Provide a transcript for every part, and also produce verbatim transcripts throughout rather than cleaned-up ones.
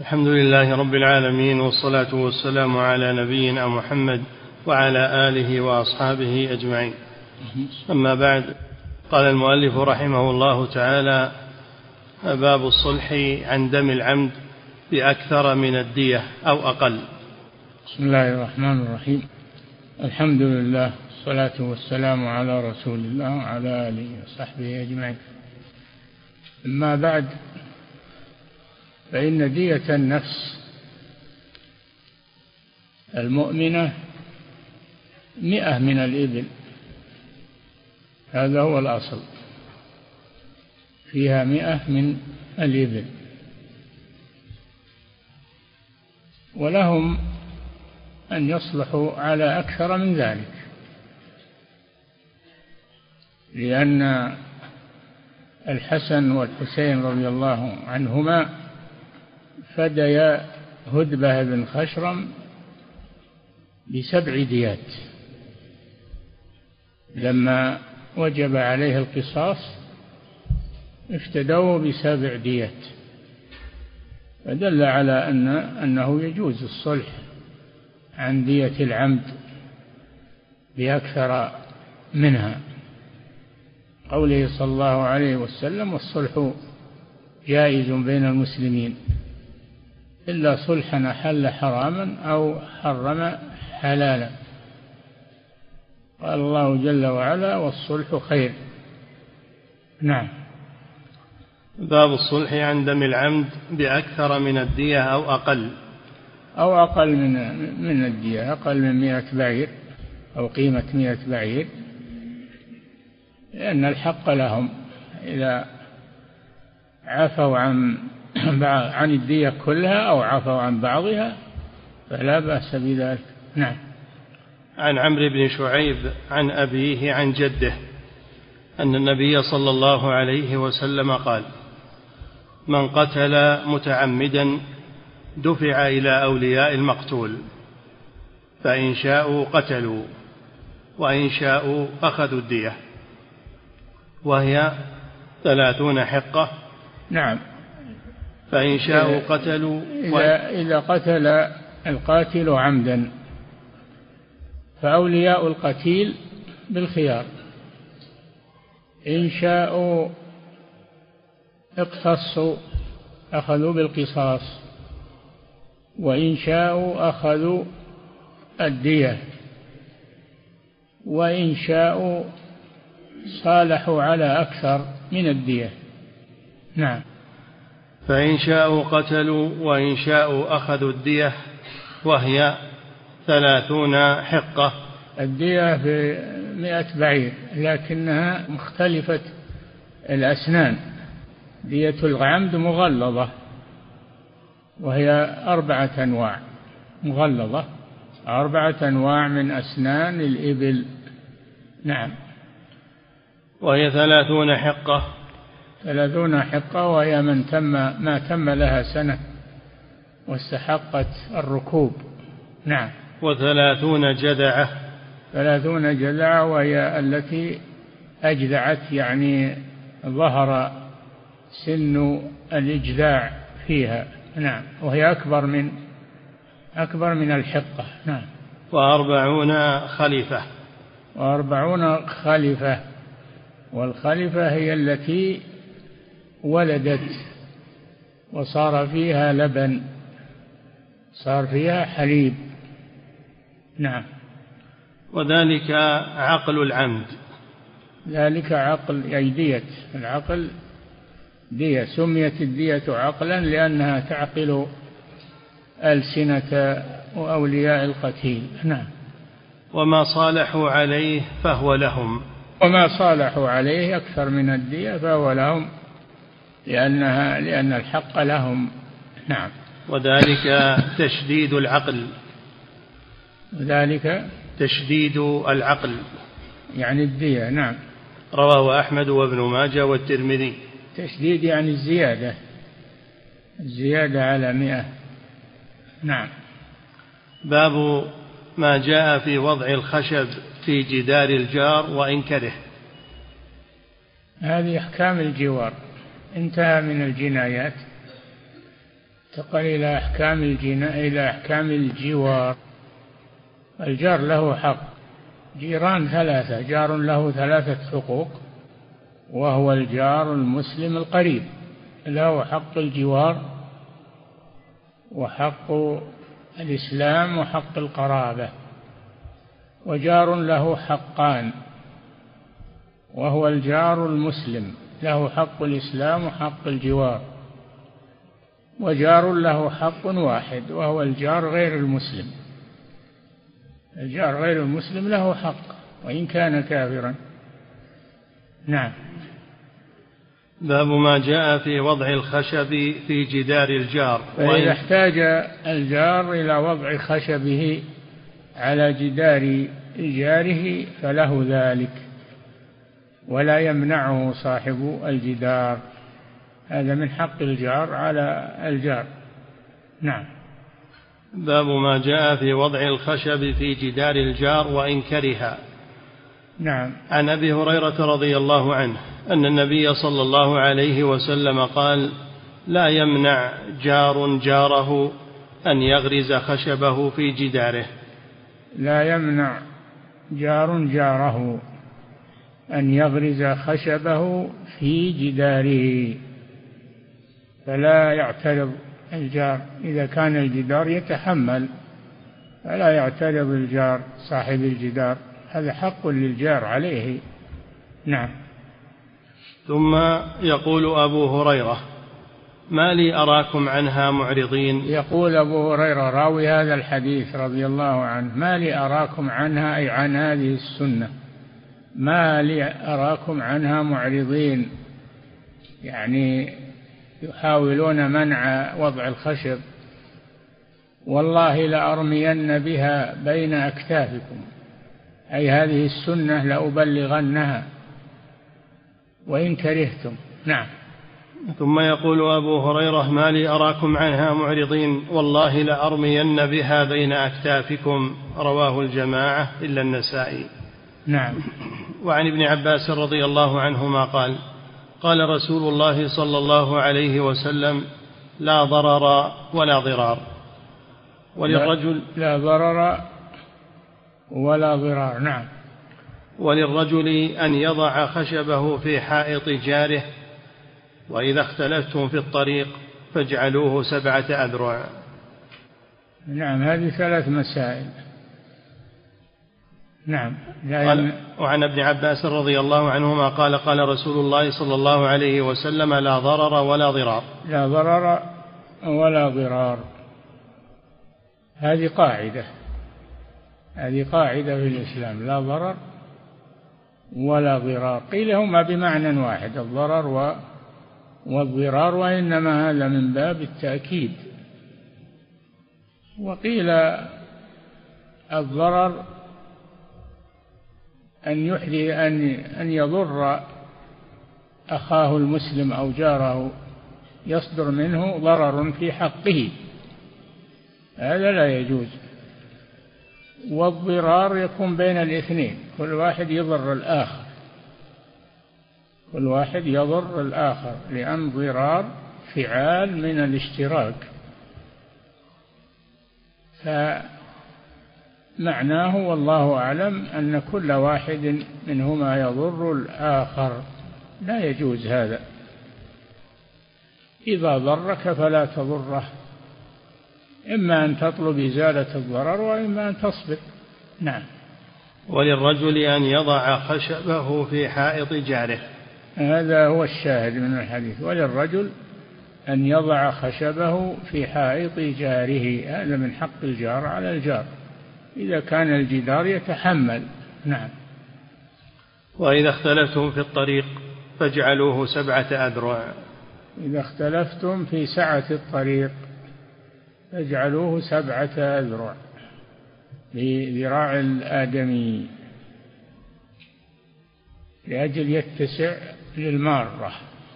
الحمد لله رب العالمين، والصلاة والسلام على نبينا محمد وعلى آله وأصحابه أجمعين. أما بعد، قال المؤلف رحمه الله تعالى: باب الصلح عن دم العمد بأكثر من الدية أو أقل. بسم الله الرحمن الرحيم. الحمد لله، والصلاة والسلام على رسول الله وعلى آله وصحبه أجمعين. أما بعد، فإن دية النفس المؤمنة مئة من الإبل، هذا هو الأصل، فيها مئة من الإبل، ولهم أن يصلحوا على أكثر من ذلك، لأن الحسن والحسين رضي الله عنهما فديا هدبة بن خشرم بسبع ديات لما وجب عليه القصاص، افتدوا بسبع ديات، فدل على أن أنه يجوز الصلح عن دية العمد بأكثر منها، قوله صلى الله عليه وسلم: والصلح جائز بين المسلمين إلا صلحا أحل حراما أو حرم حلالا. قال الله جل وعلا: والصلح خير. نعم. باب الصلح عن دم العمد بأكثر من الدية أو أقل. أو أقل من من الدية، أقل من مئة بعير أو قيمة مئة بعير، لأن الحق لهم إذا عفوا عن عن الدية كلها أو عفوا عن بعضها فلا بأس بذلك. نعم. عن عمرو بن شعيب عن أبيه عن جده أن النبي صلى الله عليه وسلم قال: من قتل متعمدا دفع إلى أولياء المقتول، فإن شاءوا قتلوا وإن شاءوا أخذوا الدية، وهي ثلاثون حقة. نعم. فإن شاءوا قتلوا إذا, إذا قتل القاتل عمدا فأولياء القتيل بالخيار، إن شاءوا اقتصوا أخذوا بالقصاص، وإن شاءوا أخذوا الدية، وإن شاءوا صالحوا على أكثر من الدية. نعم. فإن شاءوا قتلوا وإن شاءوا أخذوا الدية، وهي ثلاثون حقة. الدية في مئة بعير، لكنها مختلفة الأسنان. دية العمد مغلظة، وهي أربعة أنواع مغلظة، أربعة أنواع من أسنان الإبل. نعم. وهي ثلاثون حقة. ثلاثون حقة، وهي من تم ما تم لها سنة واستحقت الركوب. نعم. وثلاثون جذعة. ثلاثون جذعة، وهي التي أجذعت، يعني ظهر سن الإجذاع فيها. نعم. وهي أكبر من أكبر من الحقة. نعم. وأربعون خليفة. وأربعون خليفة، والخليفة هي التي ولدت وصار فيها لبن، صار فيها حليب. نعم. وذلك عقل العمد. ذلك عقل، أي دية العقل دية. سميت الدية عقلا لأنها تعقل ألسنة وأولياء القتيل. نعم. وما صالحوا عليه فهو لهم. وما صالحوا عليه أكثر من الدية فهو لهم، لأنها لأن الحق لهم. نعم. وذلك تشديد العقل. ذلك تشديد العقل يعني الدية. نعم. رواه أحمد وابن ماجه والترمذي. تشديد يعني الزيادة، الزيادة على مئة. نعم. باب ما جاء في وضع الخشب في جدار الجار وإن كره. هذه أحكام الجوار. انتهى من الجنايات، انتقل إلى أحكام الجناء إلى أحكام الجوار. الجار له حق، جيران ثلاثة، جار له ثلاثة حقوق، وهو الجار المسلم القريب، له حق الجوار وحق الإسلام وحق القرابة. وجار له حقان، وهو الجار المسلم، له حق الإسلام وحق الجوار. وجار له حق واحد، وهو الجار غير المسلم. الجار غير المسلم له حق وإن كان كافرا. نعم. باب ما جاء في وضع الخشب في جدار الجار. فإذا احتاج الجار إلى وضع خشبه على جدار جاره فله ذلك، ولا يمنعه صاحب الجدار، هذا من حق الجار على الجار. نعم. باب ما جاء في وضع الخشب في جدار الجار وإن كره. نعم. عن أبي هريرة رضي الله عنه أن النبي صلى الله عليه وسلم قال: لا يمنع جار جاره أن يغرز خشبه في جداره. لا يمنع جار جاره أن يغرز خشبه في جداره، فلا يعترض الجار إذا كان الجدار يتحمل، فلا يعترض الجار صاحب الجدار، هذا حق للجار عليه. نعم. ثم يقول أبو هريرة: ما لي أراكم عنها معرضين. يقول أبو هريرة راوي هذا الحديث رضي الله عنه: ما لي أراكم عنها، أي عن هذه السنة، ما لي أراكم عنها معرضين، يعني يحاولون منع وضع الخشب. والله لأرمين بها بين أكتافكم، أي هذه السنة لأبلغنها وإن كرهتم. نعم. ثم يقول أبو هريرة: ما لي أراكم عنها معرضين، والله لأرمين بها بين أكتافكم. رواه الجماعة إلا النسائي. نعم. وعن ابن عباس رضي الله عنهما قال: قال رسول الله صلى الله عليه وسلم: لا ضرر ولا ضرار. وللرجل لا ضرر ولا ضرار. نعم. وللرجل أن يضع خشبه في حائط جاره، وإذا اختلفتم في الطريق فاجعلوه سبعة أذرع. نعم. هذه ثلاث مسائل. نعم. قال: وعن ابن عباس رضي الله عنهما قال: قال رسول الله صلى الله عليه وسلم: لا ضرر ولا ضرار. لا ضرر ولا ضرار، هذه قاعدة، هذه قاعدة في الإسلام: لا ضرر ولا ضرار. قيل هما بمعنى واحد، الضرر والضرار، وإنما هذا من باب التأكيد. وقيل الضرر أن يحدي أن أن يضر أخاه المسلم أو جاره، يصدر منه ضرر في حقه، هذا لا يجوز. والضرار يكون بين الاثنين، كل واحد يضر الآخر، كل واحد يضر الآخر، لأن ضرار فعال من الاشتراك. فمعناه والله أعلم أن كل واحد منهما يضر الآخر، لا يجوز هذا. إذا ضرك فلا تضره، إما أن تطلب إزالة الضرر وإما أن تصبر. نعم. وللرجل أن يضع خشبه في حائط جاره، هذا هو الشاهد من الحديث: وللرجل أن يضع خشبه في حائط جاره، هذا من حق الجار على الجار إذا كان الجدار يتحمل. نعم. وإذا اختلفتم في الطريق فاجعلوه سبعة أذرع. إذا اختلفتم في سعة الطريق فاجعلوه سبعة أذرع، بذراع الآدمي، لأجل يتسع للمارة.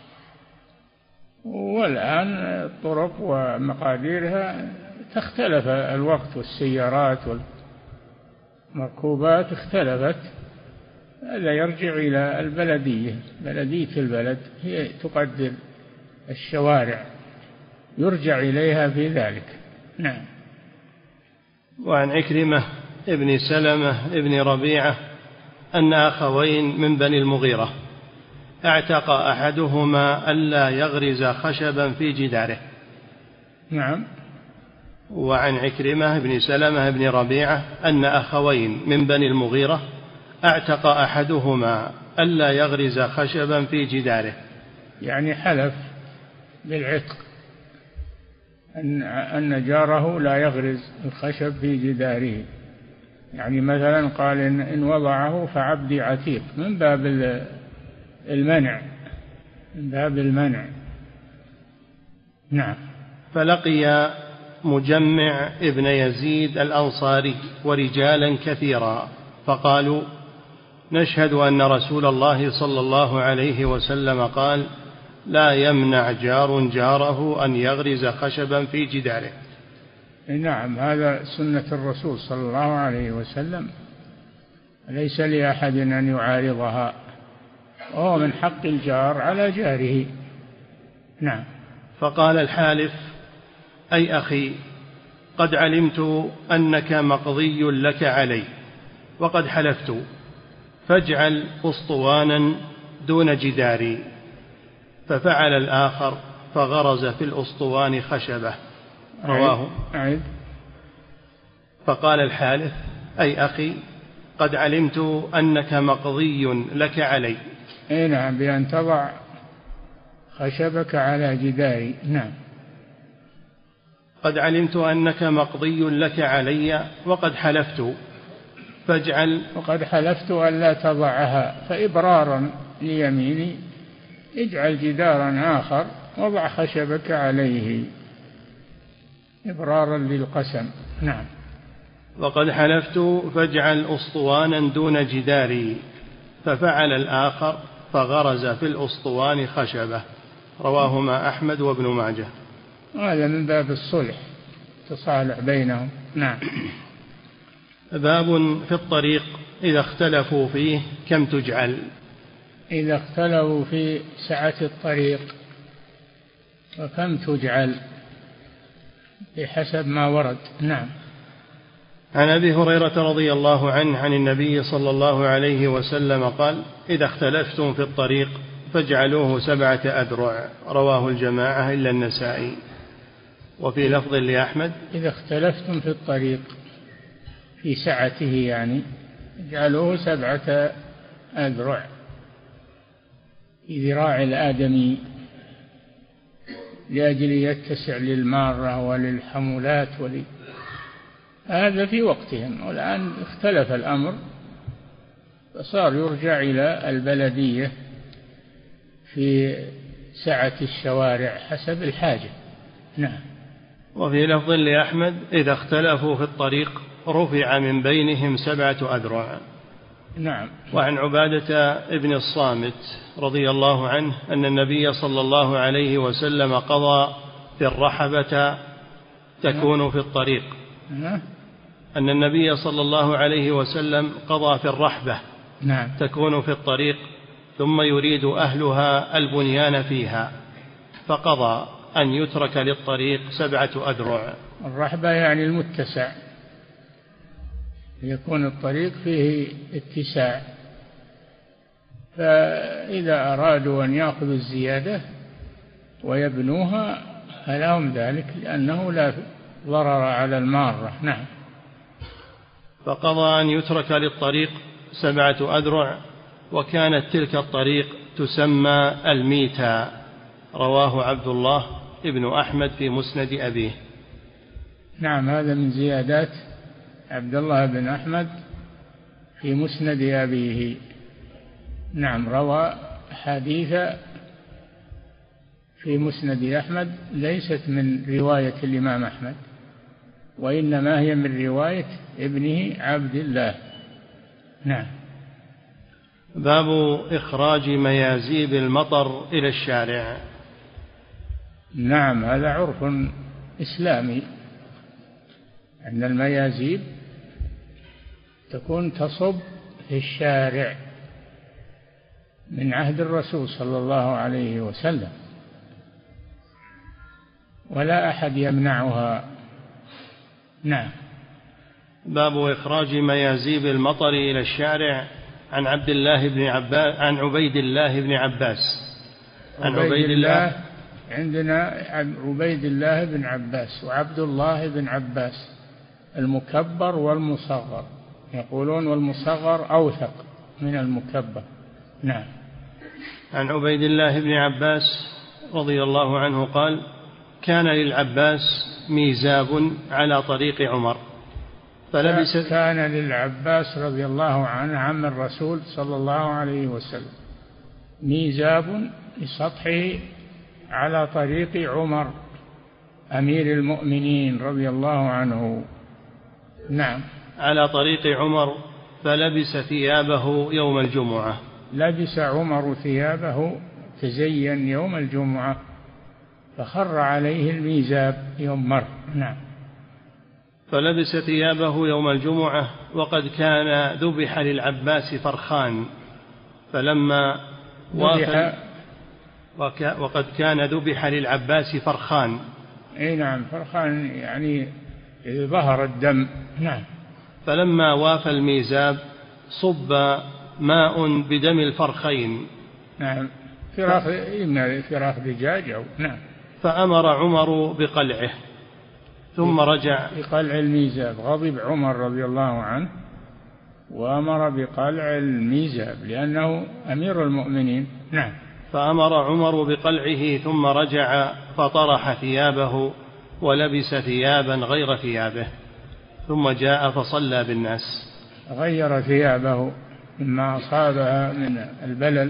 والآن الطرق ومقاديرها تختلف، الوقت والسيارات والمركوبات اختلفت، هذا يرجع إلى البلدية، بلدية البلد هي تقدر الشوارع يرجع إليها في ذلك. نعم. وعن عكرمة ابن سلمة ابن ربيعة أن أخوين من بني المغيرة اعتق أحدهما ألا يغرز خشبا في جداره. نعم. وعن عكرمة ابن سلمة ابن ربيعة أن أخوين من بني المغيرة اعتق أحدهما ألا يغرز خشبا في جداره، يعني حلف بالعتق أن أن جاره لا يغرز الخشب في جداره، يعني مثلا قال إن وضعه فعبدي عتيق، من باب المنع من باب المنع. نعم. فلقي مجمع ابن يزيد الأنصاري ورجالا كثيرا فقالوا: نشهد أن رسول الله صلى الله عليه وسلم قال: لا يمنع جار جاره أن يغرز خشبا في جداره. نعم، هذا سنة الرسول صلى الله عليه وسلم، ليس لأحد أن يعارضها، وهو من حق الجار على جاره. نعم. فقال الحالف: أي أخي، قد علمت أنك مقضي لك علي وقد حلفت، فاجعل أسطوانا دون جداري. ففعل الآخر فغرز في الأسطوان خشبة. رواه. أعد. فقال الحالف: أي أخي، قد علمت أنك مقضي لك علي. أي نعم، بأن تضع خشبك على جداري. نعم. قد علمت أنك مقضي لك علي وقد حلفت فاجعل وقد حلفت أن لا تضعها، فإبرارا ليميني اجعل جدارا آخر وضع خشبك عليه، إبرارا للقسم. نعم. وقد حلفت فاجعل أسطوانا دون جداري. ففعل الآخر فغرز في الأسطوان خشبة. رواهما أحمد وابن ماجه. هذا من باب الصلح، تصالح بينهم. نعم. باب في الطريق إذا اختلفوا فيه كم تجعل. إذا اختلفوا في سعة الطريق وكم تجعل بحسب ما ورد. نعم. عن أبي هريرة رضي الله عنه عن النبي صلى الله عليه وسلم قال: إذا اختلفتم في الطريق فاجعلوه سبعة أذرع. رواه الجماعة إلا النسائي. وفي لفظ لأحمد: إذا اختلفتم في الطريق في سعته، يعني اجعلوه سبعة أذرع، في ذراع الآدمي، لأجل يتسع للمارة وللحمولات ولي. هذا في وقتهم، والآن اختلف الأمر فصار يرجع إلى البلدية في سعة الشوارع حسب الحاجة. نعم. وفي لفظ لأحمد: إذا اختلفوا في الطريق رفع من بينهم سبعة أذرع. نعم. وعن عبادة ابن الصامت رضي الله عنه أن النبي صلى الله عليه وسلم قضى في الرحبة تكون في الطريق. أن النبي صلى الله عليه وسلم قضى في الرحبة نعم. تكون في الطريق ثم يريد أهلها البنيان فيها، فقضى أن يترك للطريق سبعة أذرع. الرحبة يعني المتسع، يكون الطريق فيه اتساع، فإذا أرادوا أن يأخذوا الزيادة ويبنوها فلهم ذلك، لأنه لا ضرر على المارة. نعم. فقضى أن يترك للطريق سبعة أذرع، وكانت تلك الطريق تسمى الميتا. رواه عبد الله ابن أحمد في مسند أبيه. نعم، هذا من زيادات عبد الله بن أحمد في مسند أبيه. نعم، روى حديث في مسند أحمد ليست من رواية الإمام أحمد، وإنما هي من رواية ابنه عبد الله. نعم. باب إخراج ميازيب المطر إلى الشارع. نعم، هذا عرف إسلامي، أن الميازيب تكون تصب في الشارع من عهد الرسول صلى الله عليه وسلم، ولا أحد يمنعها. نعم. باب إخراج ميازيب المطر إلى الشارع. عن عبد الله بن عباس عن عبيد الله بن عباس عن عبيد الله عندنا عن عبيد الله بن عباس وعبد الله بن عباس المكبر والمصغر، يقولون والمصغر أوثق من المكبر. نعم. عن عبيد الله بن عباس رضي الله عنه قال: كان للعباس ميزاب على طريق عمر فلبس. كان للعباس رضي الله عنه عم الرسول صلى الله عليه وسلم ميزاب لسطحه على طريق عمر أمير المؤمنين رضي الله عنه. نعم. على طريق عمر فلبس ثيابه يوم الجمعة. لبس عمر ثيابه تزين يوم الجمعة فخر عليه الميزاب يوم مر. نعم. فلبس ثيابه يوم الجمعة وقد كان ذبح للعباس فرخان فلما وافى وقد كان ذبح للعباس فرخان. اي نعم، فرخان يعني ظهر الدم. نعم. فلما وافى الميزاب صب ماء بدم الفرخين. نعم. فراخ إما فراخ دجاج أو. نعم. فأمر عمر بقلعه ثم رجع. بقلع الميزاب، غضب عمر رضي الله عنه وأمر بقلع الميزاب لأنه أمير المؤمنين. نعم. فأمر عمر بقلعه ثم رجع فطرح ثيابه ولبس ثيابا غير ثيابه ثم جاء فصلى بالناس. غير ثيابه مما أصابها من البلل،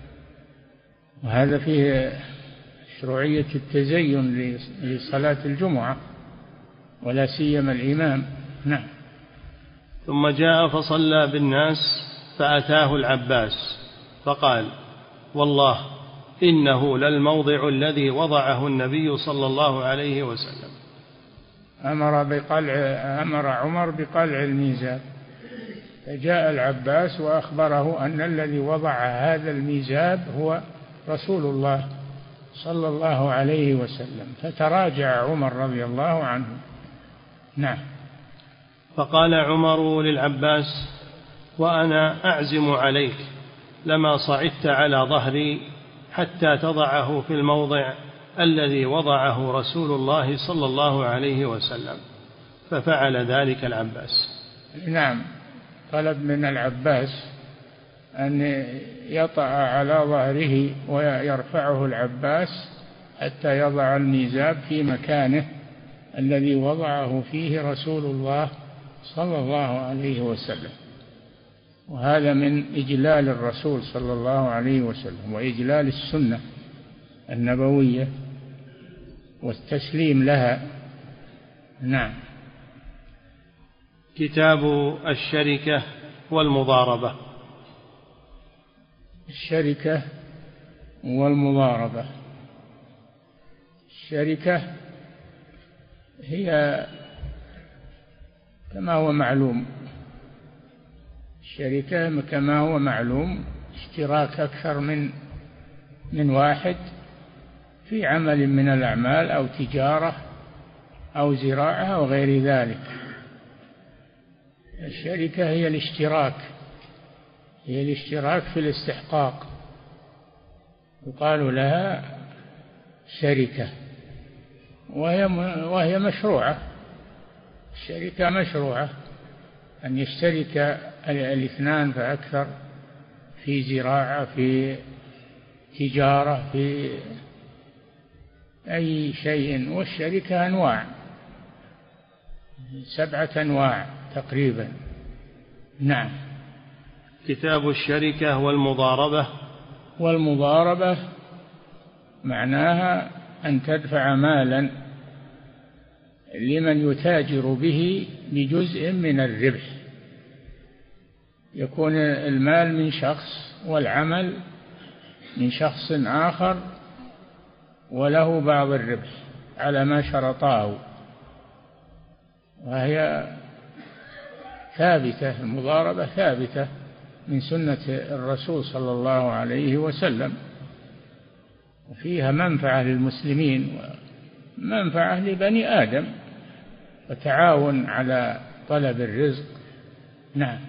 وهذا فيه مشروعية التزين لصلاة الجمعة ولا سيما الإمام. نعم. ثم جاء فصلى بالناس فأتاه العباس فقال: والله إنه للموضع الذي وضعه النبي صلى الله عليه وسلم. أمر بقلع أمر عمر بقلع الميزاب، فجاء العباس وأخبره أن الذي وضع هذا الميزاب هو رسول الله صلى الله عليه وسلم، فتراجع عمر رضي الله عنه. نعم. فقال عمر للعباس: وأنا أعزم عليك لما صعدت على ظهري حتى تضعه في الموضع الذي وضعه رسول الله صلى الله عليه وسلم. ففعل ذلك العباس. نعم. طلب من العباس أن يطأ على ظهره ويرفعه العباس حتى يضع الميزاب في مكانه الذي وضعه فيه رسول الله صلى الله عليه وسلم، وهذا من إجلال الرسول صلى الله عليه وسلم وإجلال السنة النبوية والتسليم لها. نعم. كتاب الشركة والمضاربة. الشركة والمضاربة. الشركة هي كما هو معلوم الشركة كما هو معلوم اشتراك أكثر من من واحد في عمل من الأعمال أو تجارة أو زراعة أو غير ذلك. الشركة هي الاشتراك هي الاشتراك في الاستحقاق، يقال لها شركة، وهي وهي مشروعة. الشركة مشروعة أن يشترك الاثنان فأكثر في زراعة، في تجارة، في أي شيء. والشركة أنواع، سبعة أنواع تقريبا. نعم. كتاب الشركة والمضاربة. والمضاربة معناها أن تدفع مالا لمن يتاجر به بجزء من الربح، يكون المال من شخص والعمل من شخص آخر وله بعض الربح على ما شرطاه، وهي ثابتة. المضاربة ثابتة من سنة الرسول صلى الله عليه وسلم، وفيها منفعة للمسلمين منفعة لبني آدم وتعاون على طلب الرزق. نعم.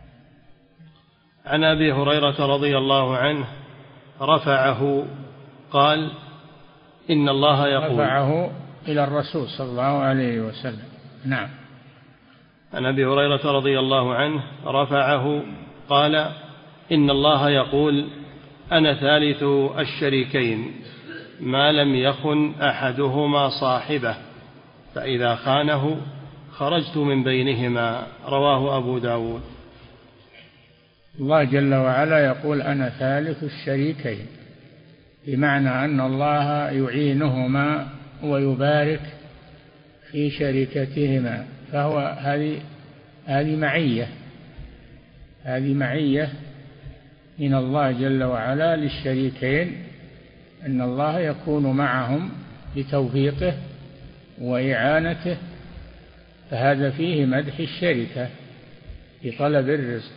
عن أبي هريرة رضي الله عنه رفعه قال إن الله يقول، رفعه إلى الرسول صلى الله عليه وسلم. نعم. عن أبي هريرة رضي الله عنه رفعه قال إن الله يقول أنا ثالث الشريكين ما لم يخن أحدهما صاحبه فإذا خانه خرجت من بينهما. رواه أبو داود. الله جل وعلا يقول أنا ثالث الشريكين، بمعنى أن الله يعينهما ويبارك في شركتهما، فهو هذه هذه معية هذه معية من الله جل وعلا للشريكين، أن الله يكون معهم بتوفيقه وإعانته، فهذا فيه مدح الشركة في طلب الرزق.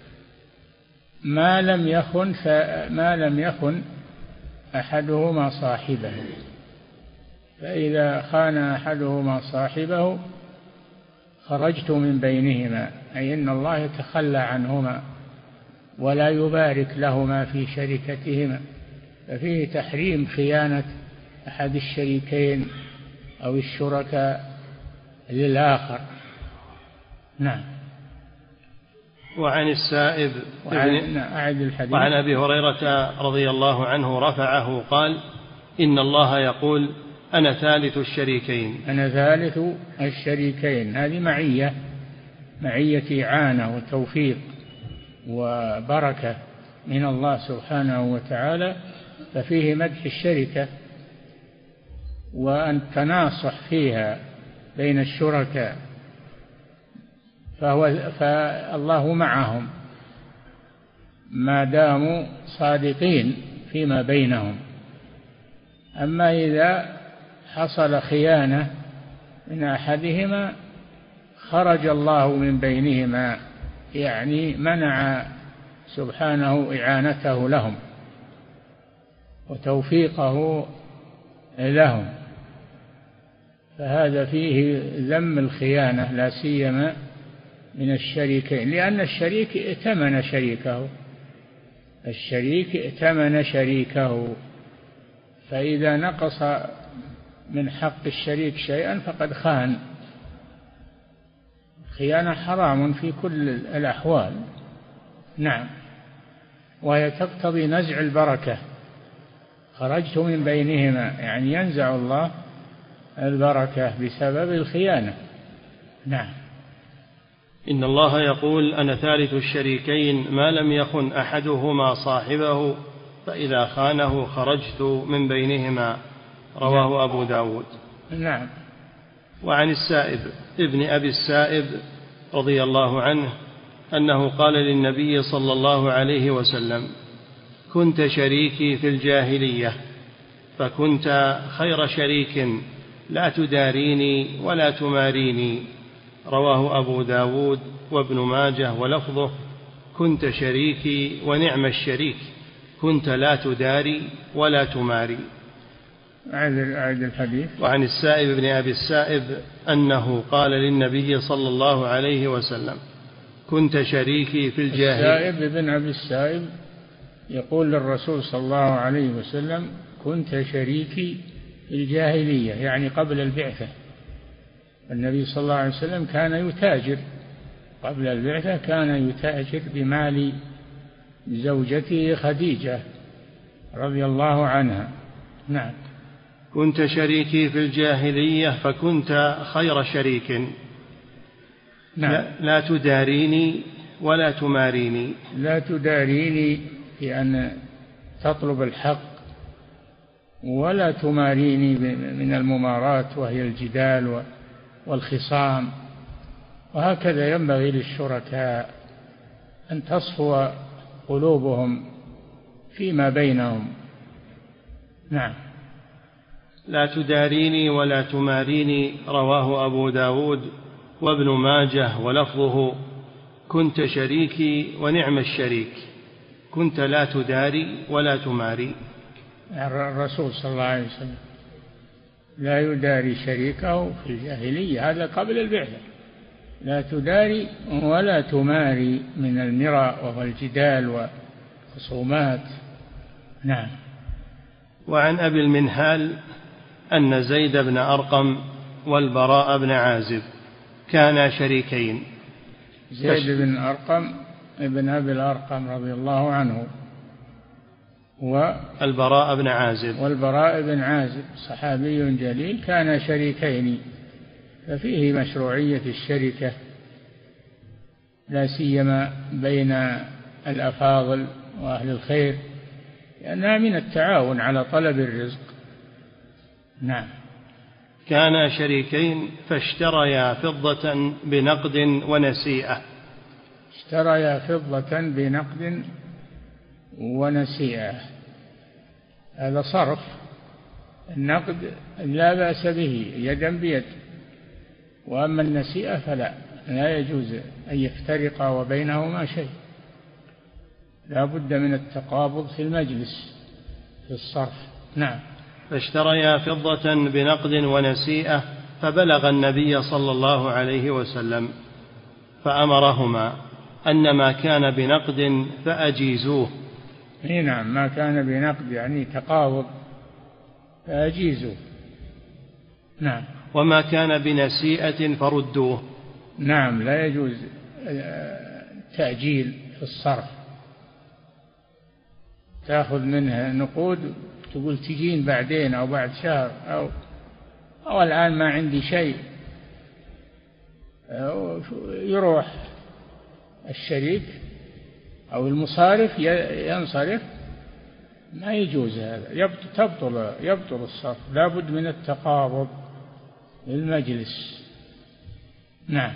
ما لم يخن ما لم يخن أحدهما صاحبه، فإذا خان أحدهما صاحبه خرجت من بينهما، أي أن الله يتخلى عنهما ولا يبارك لهما في شركتهما، ففيه تحريم خيانة أحد الشريكين أو الشركاء للآخر. نعم. وعن السائب وعن, أعد الحديث. وعن أبي هريرة رضي الله عنه رفعه قال إن الله يقول أنا ثالث الشريكين أنا ثالث الشريكين، هذه معية معية إعانة وتوفيق وبركة من الله سبحانه وتعالى، ففيه مدح الشركة وأن تناصح فيها بين الشركاء، فهو فالله معهم ما داموا صادقين فيما بينهم. أما إذا حصل خيانة من أحدهما خرج الله من بينهما، يعني منع سبحانه إعانته لهم وتوفيقه لهم، فهذا فيه ذم الخيانة لا سيما من الشريكين، لأن الشريك ائتمن شريكه الشريك ائتمن شريكه فإذا نقص من حق الشريك شيئا فقد خان. الخيانة حرام في كل الأحوال. نعم. وهي تقتضي نزع البركة، خرجت من بينهما يعني ينزع الله البركة بسبب الخيانة. نعم. إن الله يقول أنا ثالث الشريكين ما لم يخن أحدهما صاحبه فإذا خانه خرجت من بينهما. رواه أبو داود. نعم. وعن السائب ابن أبي السائب رضي الله عنه أنه قال للنبي صلى الله عليه وسلم كنت شريكي في الجاهلية فكنت خير شريك لا تداريني ولا تماريني. رواه أبو داود وابن ماجه ولفظه كنت شريكي ونعم الشريك كنت لا تداري ولا تماري. أعد الحديث. وعن السائب بن أبي السائب أنه قال للنبي صلى الله عليه وسلم كنت شريكي في الجاهلية. السائب بن أبي السائب يقول للرسول صلى الله عليه وسلم كنت شريكي في الجاهلية، يعني قبل البعثة. النبي صلى الله عليه وسلم كان يتاجر قبل البعثة، كان يتاجر بمال زوجته خديجة رضي الله عنها. نعم. كنت شريكي في الجاهلية فكنت خير شريك. نعم. لا, لا تداريني ولا تماريني. لا تداريني في أن تطلب الحق، ولا تماريني من الممارات وهي الجدال والخصام. وهكذا ينبغي للشركاء أن تصفو قلوبهم فيما بينهم. نعم. لا تداريني ولا تماريني. رواه أبو داود وابن ماجه ولفظه كنت شريكي ونعم الشريك كنت لا تداري ولا تماري. الرسول صلى الله عليه وسلم لا يداري شريكه في الجاهلية، هذا قبل البعثة. لا تداري ولا تماري من المراء والجدال والخصومات. نعم. وعن أبي المنهال أن زيد بن أرقم والبراء بن عازب كانا شريكين. زيد بن أرقم ابن أبي الأرقم رضي الله عنه، والبراء بن عازب والبراء بن عازب صحابي جليل، كان شريكين، ففيه مشروعية الشركة لا سيما بين الأفاضل وأهل الخير، لأنها من التعاون على طلب الرزق. نعم. كانا شريكين فاشتريا فضة بنقد ونسيئة. اشتريا فضة بنقد ونسيئة، هذا صرف. النقد لا بأس به يدا بيد، وأما النسيئة فلا، لا يجوز أن يفترقا وبينهما شيء، لا بد من التقابض في المجلس في الصرف. نعم. فاشتريا فضة بنقد ونسيئة فبلغ النبي صلى الله عليه وسلم فأمرهما أن ما كان بنقد فأجيزوه. نعم، ما كان بنقد يعني تقابض فأجيزوه. نعم. وما كان بنسيئة فردوه. نعم، لا يجوز تأجيل في الصرف، تأخذ منها نقود تقول تجين بعدين أو بعد شهر أو أو الآن ما عندي شيء، يروح الشريك أو المصارف ينصرف، ما يجوز هذا، تبطل يبطل الصرف، لا بد من التقابض للمجلس. نعم.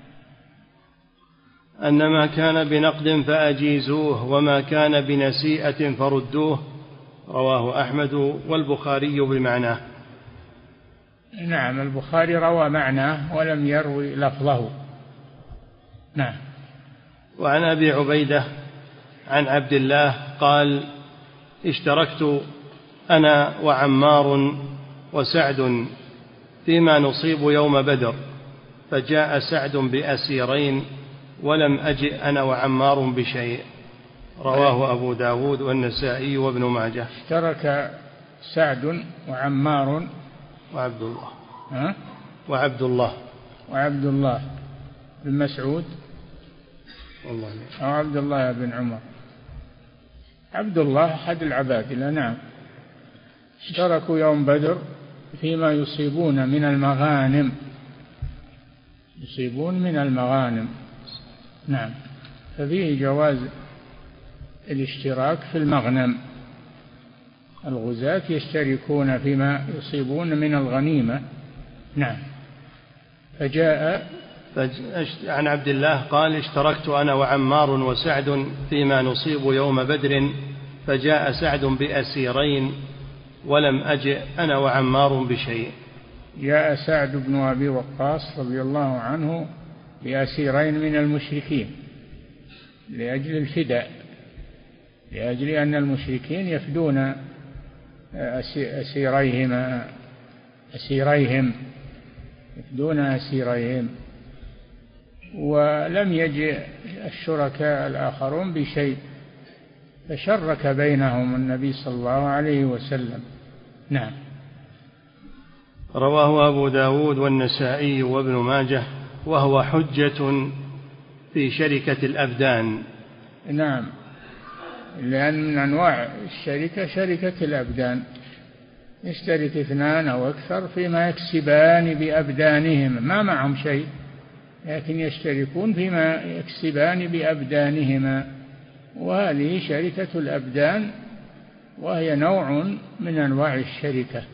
أن ما كان بنقد فأجيزوه وما كان بنسيئة فردوه. رواه أحمد والبخاري بمعناه. نعم، البخاري روى معناه ولم يروي لفظه. نعم. وعن أبي عبيدة عن عبد الله قال: اشتركت أنا وعمار وسعد فيما نصيب يوم بدر، فجاء سعد بأسيرين ولم أجئ أنا وعمار بشيء. رواه أبو داود والنسائي وابن ماجه. اشترك سعد وعمار وعبد الله ها؟ وعبد الله وعبد الله بن مسعود والله أو عبد الله بن عمر. عبد الله أحد العبادلة. نعم. اشتركوا يوم بدر فيما يصيبون من المغانم، يصيبون من المغانم. نعم. ففيه جواز الاشتراك في المغنم، الغزاة يشتركون فيما يصيبون من الغنيمة. نعم. فجاء عن عبد الله قال: اشتركت أنا وعمار وسعد فيما نصيب يوم بدر، فجاء سعد بأسيرين ولم أجئ أنا وعمار بشيء. جاء سعد بن أبي وقاص رضي الله عنه بأسيرين من المشركين لأجل الفداء، لأجل أن المشركين يفدون أسيريهم أسيريهم يفدون أسيريهم، ولم يجئ الشركاء الآخرون بشيء، فشرك بينهم النبي صلى الله عليه وسلم. نعم. رواه أبو داود والنسائي وابن ماجه، وهو حجة في شركة الأبدان. نعم، لأن من أنواع الشركة شركة الأبدان، يشترك اثنان أو أكثر فيما يكسبان بأبدانهم، ما معهم شيء لكن يشتركون فيما يكسبان بأبدانهما، وهذه شركة الأبدان، وهي نوع من أنواع الشركة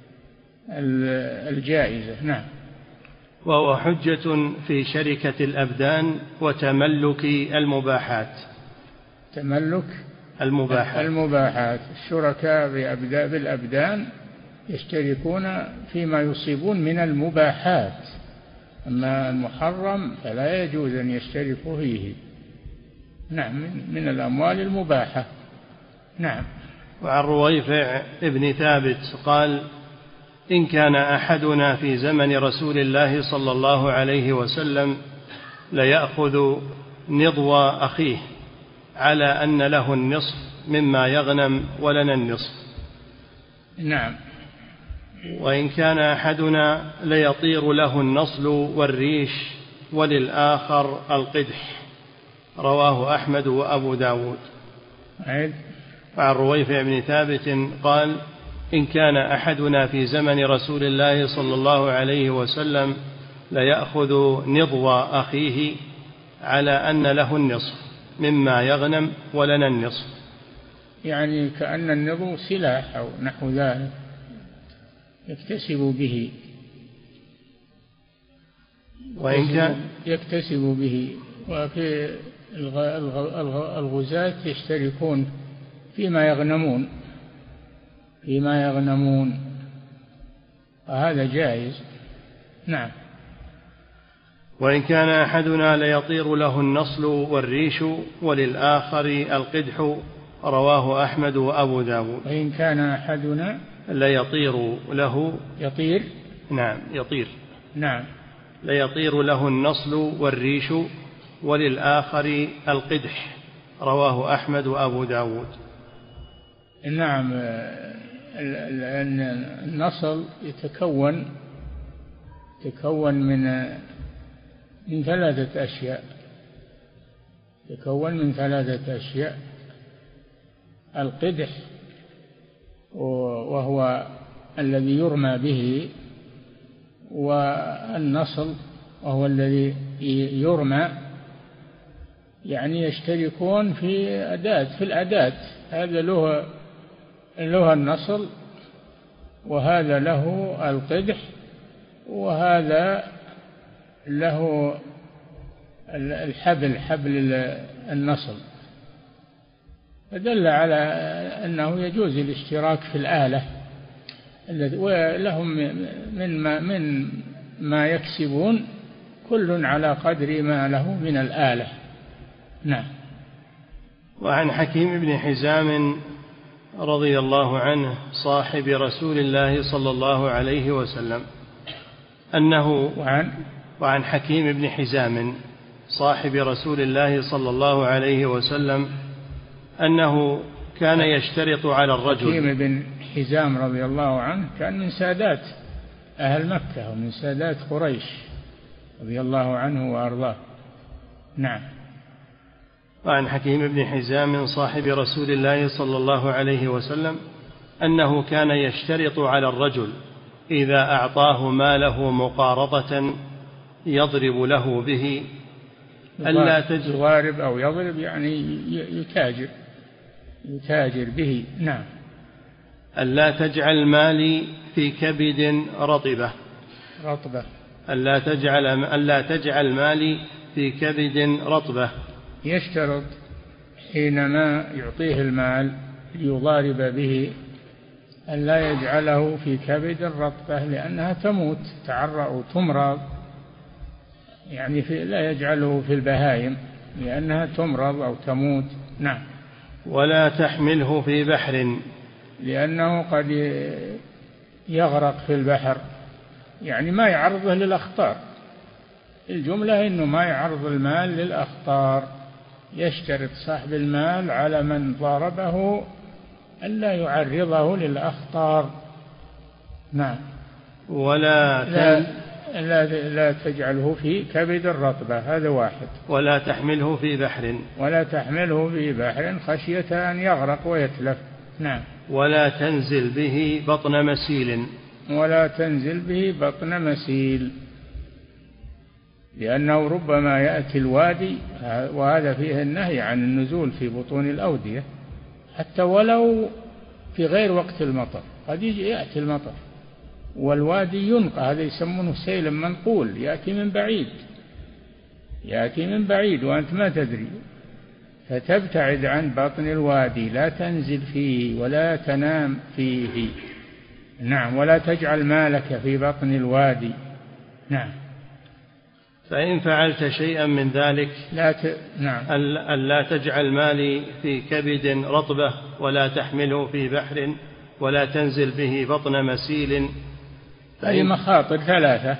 الجائزة. نعم. وهو حجة في شركة الأبدان وتملك المباحات. تملك المباحات المباحات الشركاء بالأبدان يشتركون فيما يصيبون من المباحات، أما المحرم فلا يجوز أن يشتركوا فيه. نعم، من الأموال المباحة. نعم. وعن رويفع ابن ثابت قال: إن كان أحدنا في زمن رسول الله صلى الله عليه وسلم ليأخذ نضو أخيه على أن له النصف مما يغنم ولنا النصف. نعم. وإن كان أحدنا ليطير له النصل والريش وللآخر القدح. رواه أحمد وأبو داود. عيد. وعن رويفع بن ثابت قال: إن كان أحدنا في زمن رسول الله صلى الله عليه وسلم ليأخذ نضو أخيه على أن له النصف مما يغنم ولنا النصف. يعني كأن النضو سلاح أو نحو ذلك يكتسب به، وإن كان يكتسب به. وفي الغزاة يشتركون فيما يغنمون فيما يغنمون وهذا جائز. نعم. وإن كان أحدنا ليطير له النصل والريش وللآخر القدح. رواه أحمد وأبو داود. وإن كان أحدنا ليطير له يطير. نعم يطير. نعم. ليطير له النصل والريش وللآخر القدح. رواه أحمد وأبو داود. نعم. لأن النصل يتكون يتكون من من ثلاثة أشياء يتكون من ثلاثة أشياء القدح وهو الذي يرمى به، والنصل وهو الذي يرمى، يعني يشتركون في أداة في الأداة. هذا له له النصل وهذا له القدح وهذا له الحبل حبل النصل، فدل على أنه يجوز الاشتراك في الآلة، ولهم من ما, من ما يكسبون كل على قدر ما له من الآلة. نعم. وعن حكيم بن حزام رضي الله عنه صاحب رسول الله صلى الله عليه وسلم أنه وعن, وعن حكيم بن حزام صاحب رسول الله صلى الله عليه وسلم أنه كان يشترط على الرجل. حكيم بن حزام رضي الله عنه كان من سادات أهل مكة ومن سادات قريش رضي الله عنه وأرضاه. نعم. وعن حكيم بن حزام صاحب رسول الله صلى الله عليه وسلم أنه كان يشترط على الرجل إذا أعطاه ماله مقارضة يضرب له به ألا تجعل يضارب أو يضرب يعني يتاجر يتاجر به. نعم. ألا تجعل مالي في كبد رطبة رطبة ألا تجعل ألا تجعل مالي في كبد رطبة. يشترط حينما يعطيه المال ليضارب به ألا يجعله في كبد رطبة، لأنها تموت تعرأ وتمرض، يعني في لا يجعله في البهائم لأنها تمرض أو تموت. نعم. ولا تحمله في بحر لأنه قد يغرق في البحر، يعني ما يعرضه للأخطار. الجملة إنه ما يعرض المال للأخطار. يشترط صاحب المال على من ضاربه ألا يعرضه للأخطار. نعم. ولا لا, لا, لا تجعله في كبد الرطبة، هذا واحد. ولا تحمله في بحر ولا تحمله في بحر خشية أن يغرق ويتلف. نعم. ولا تنزل به بطن مسيل ولا تنزل به بطن مسيل، لأنه ربما يأتي الوادي، وهذا فيه النهي عن النزول في بطون الأودية حتى ولو في غير وقت المطر. قد يأتي المطر والوادي ينقى، هذا يسمونه سيل منقول، يأتي من بعيد يأتي من بعيد وأنت ما تدري، فتبتعد عن بطن الوادي، لا تنزل فيه ولا تنام فيه. نعم. ولا تجعل مالك في بطن الوادي. نعم. فإن فعلت شيئا من ذلك لا ت... نعم. ألا تجعل مالي في كبد رطبة ولا تحمله في بحر ولا تنزل به بطن مسيل هذه مخاطر ثلاثة: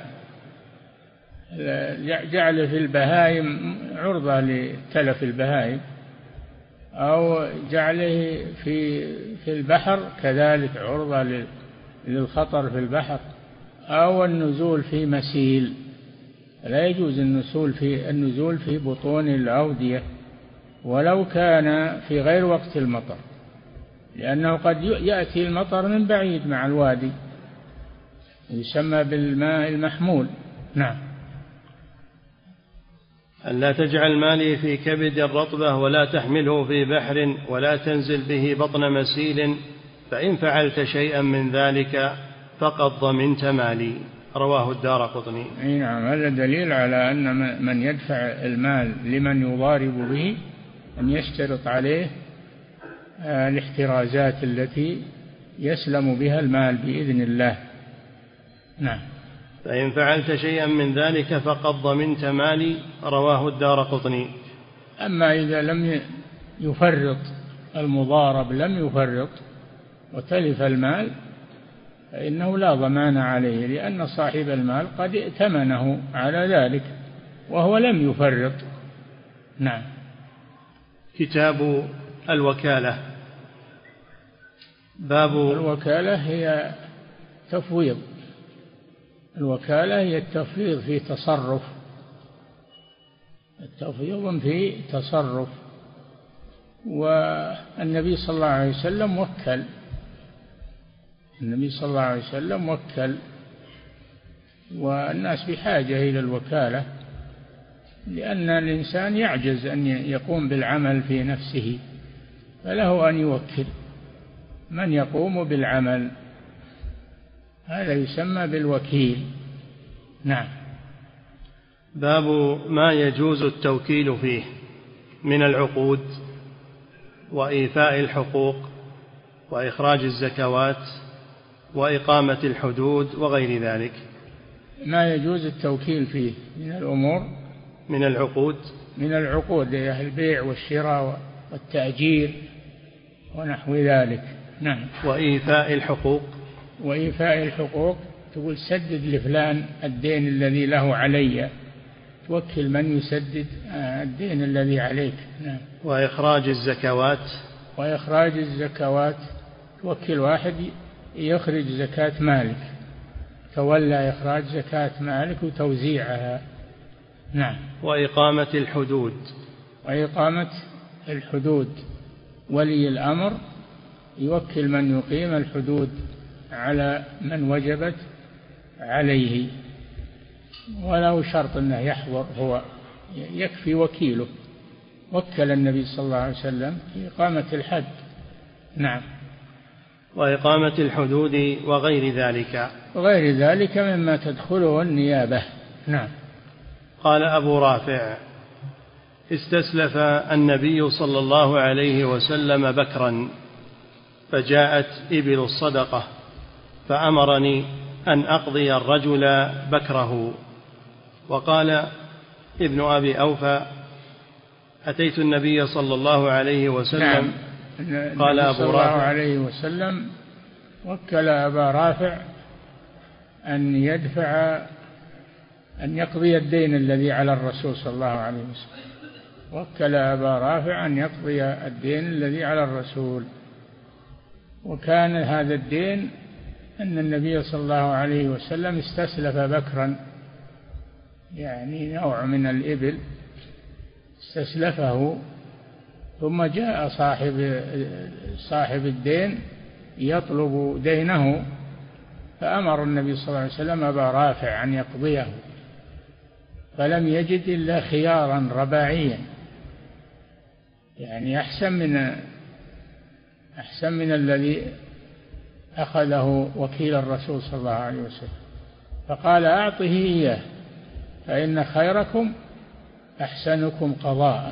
جعل في البهائم عرضة لتلف البهائم، أو جعله في في البحر كذلك عرضة للخطر في البحر، أو النزول في مسيل. لا يجوز النزول في النزول في بطون الأودية ولو كان في غير وقت المطر، لأنه قد يأتي المطر من بعيد مع الوادي، يسمى بالماء المحمول. نعم. ألا تجعل مالي في كبد الرطبة ولا تحمله في بحر ولا تنزل به بطن مسيل، فإن فعلت شيئا من ذلك فقد ضمنت مالي. رواه الدارقطني. نعم، هذا دليل على أن من يدفع المال لمن يضارب به أن يشترط عليه الاحترازات التي يسلم بها المال بإذن الله. نعم. فإن فعلت شيئا من ذلك فقد ضمنت مالي. رواه الدارقطني. أما إذا لم يفرط المضارب، لم يفرط وتلف المال، فإنه لا ضمان عليه، لأن صاحب المال قد ائتمنه على ذلك وهو لم يفرط. نعم. كتاب الوكالة. باب الوكالة هي تفويض. الوكالة هي التفويض في تصرف، التفويض في تصرف. والنبي صلى الله عليه وسلم وكل النبي صلى الله عليه وسلم وكل والناس بحاجة إلى الوكالة، لأن الإنسان يعجز أن يقوم بالعمل في نفسه، فله أن يوكل من يقوم بالعمل، هذا يسمى بالوكيل. نعم. باب ما يجوز التوكيل فيه من العقود وإيفاء الحقوق وإخراج الزكوات وإقامة الحدود وغير ذلك. ما يجوز التوكيل فيه من الأمور، من العقود من العقود البيع والشراء والتأجير ونحو ذلك. نعم. وإيفاء الحقوق وإيفاء الحقوق تقول سدد لفلان الدين الذي له علي، توكل من يسدد الدين الذي عليك. نعم. وإخراج الزكوات وإخراج الزكوات توكل واحد يخرج زكاة مالك، تولى إخراج زكاة مالك وتوزيعها. نعم. وإقامة الحدود وإقامة الحدود ولي الأمر يوكل من يقيم الحدود على من وجبت عليه، وله شرط أنه يحضر، هو يكفي وكيله. وكل النبي صلى الله عليه وسلم في إقامة الحد. نعم. وإقامة الحدود وغير ذلك وغير ذلك مما تدخله النيابة. نعم. قال أبو رافع: استسلف النبي صلى الله عليه وسلم بكرا، فجاءت إبل الصدقة، فأمرني أن أقضي الرجل بكره. وقال ابن أبي أوفى: أتيت النبي صلى الله عليه وسلم. نعم. قال أبو صلى الله رافع عليه وسلم وكل أبا رافع أن يدفع أن يقضي الدين الذي على الرسول صلى الله عليه وسلم. وكل أبا رافع أن يقضي الدين الذي على الرسول، وكان هذا الدين أن النبي صلى الله عليه وسلم استسلف بكرا، يعني نوع من الإبل استسلفه، ثم جاء صاحب صاحب الدين يطلب دينه، فأمر النبي صلى الله عليه وسلم أبا رافع أن يقضيه، فلم يجد إلا خيارا رباعيا، يعني أحسن من أحسن من الذي أخذه وكيل الرسول صلى الله عليه وسلم، فقال: أعطه إياه فإن خيركم أحسنكم قضاء.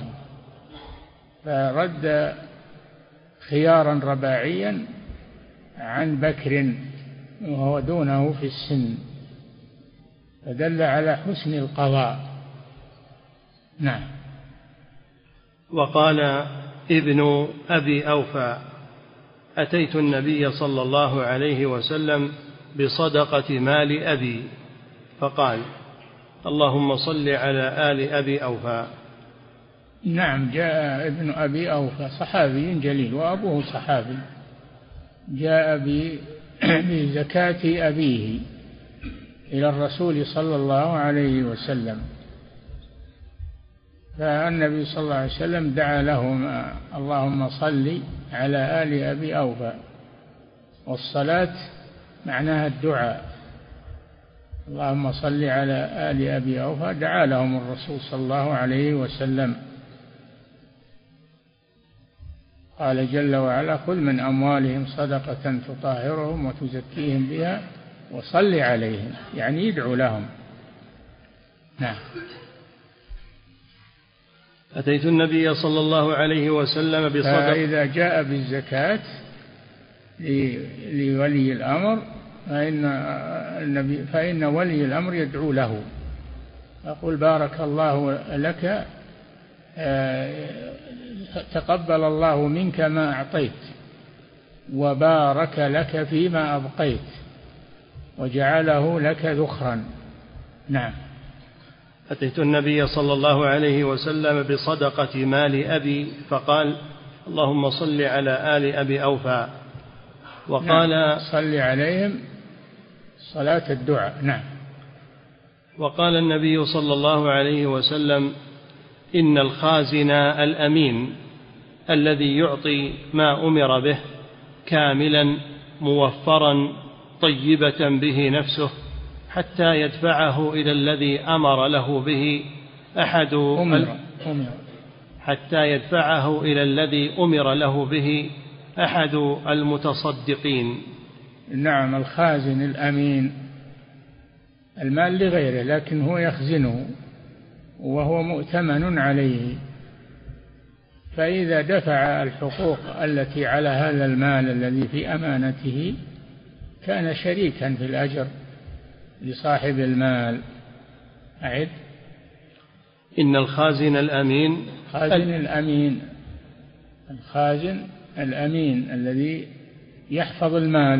فرد خيارا رباعيا عن بكر وهو دونه في السن، فدل على حسن القضاء. نعم. وقال ابن أبي أوفى: أتيت النبي صلى الله عليه وسلم بصدقة مال أبي فقال: اللهم صل على آل أبي أوفى. نعم، جاء ابن أبي أوفى صحابي جليل وأبوه صحابي، جاء بزكاة أبيه إلى الرسول صلى الله عليه وسلم، فالنبي صلى الله عليه وسلم دعا لهم: اللهم صل على آل أبي أوفى، والصلاة معناها الدعاء، اللهم صل على آل أبي أوفى، دعا لهم الرسول صلى الله عليه وسلم. قال جل وعلا: خذ من أموالهم صدقة تطهرهم وتزكيهم بها وصل عليهم، يعني يدعو لهم. نعم. أتيت النبي صلى الله عليه وسلم بصدقة. فإذا جاء بالزكاة لولي الأمر فإن النبي فإن ولي الأمر يدعو له، يقول: بارك الله لك، تقبل الله منك ما أعطيت، وبارك لك فيما أبقيت، وجعله لك ذخرا. نعم. أتيت النبي صلى الله عليه وسلم بصدقة مال أبي فقال: اللهم صل على آل أبي أوفى. وقال: نعم، صل عليهم صلاة الدعاء. نعم. وقال النبي صلى الله عليه وسلم: إن الخازن الأمين الذي يعطي ما أمر به كاملا موفرا طيبة به نفسه حتى يدفعه إلى الذي أمر له به أحد أمر. أمر. حتى يدفعه إلى الذي أمر له به أحد المتصدقين. نعم، الخازن الأمين المال لغيره لكن هو يخزنه وهو مؤتمن عليه، فإذا دفع الحقوق التي على هذا المال الذي في أمانته كان شريكا في الأجر لصاحب المال. أعد: إن الخازن الأمين خازن الأمين الخازن الأمين الذي يحفظ المال.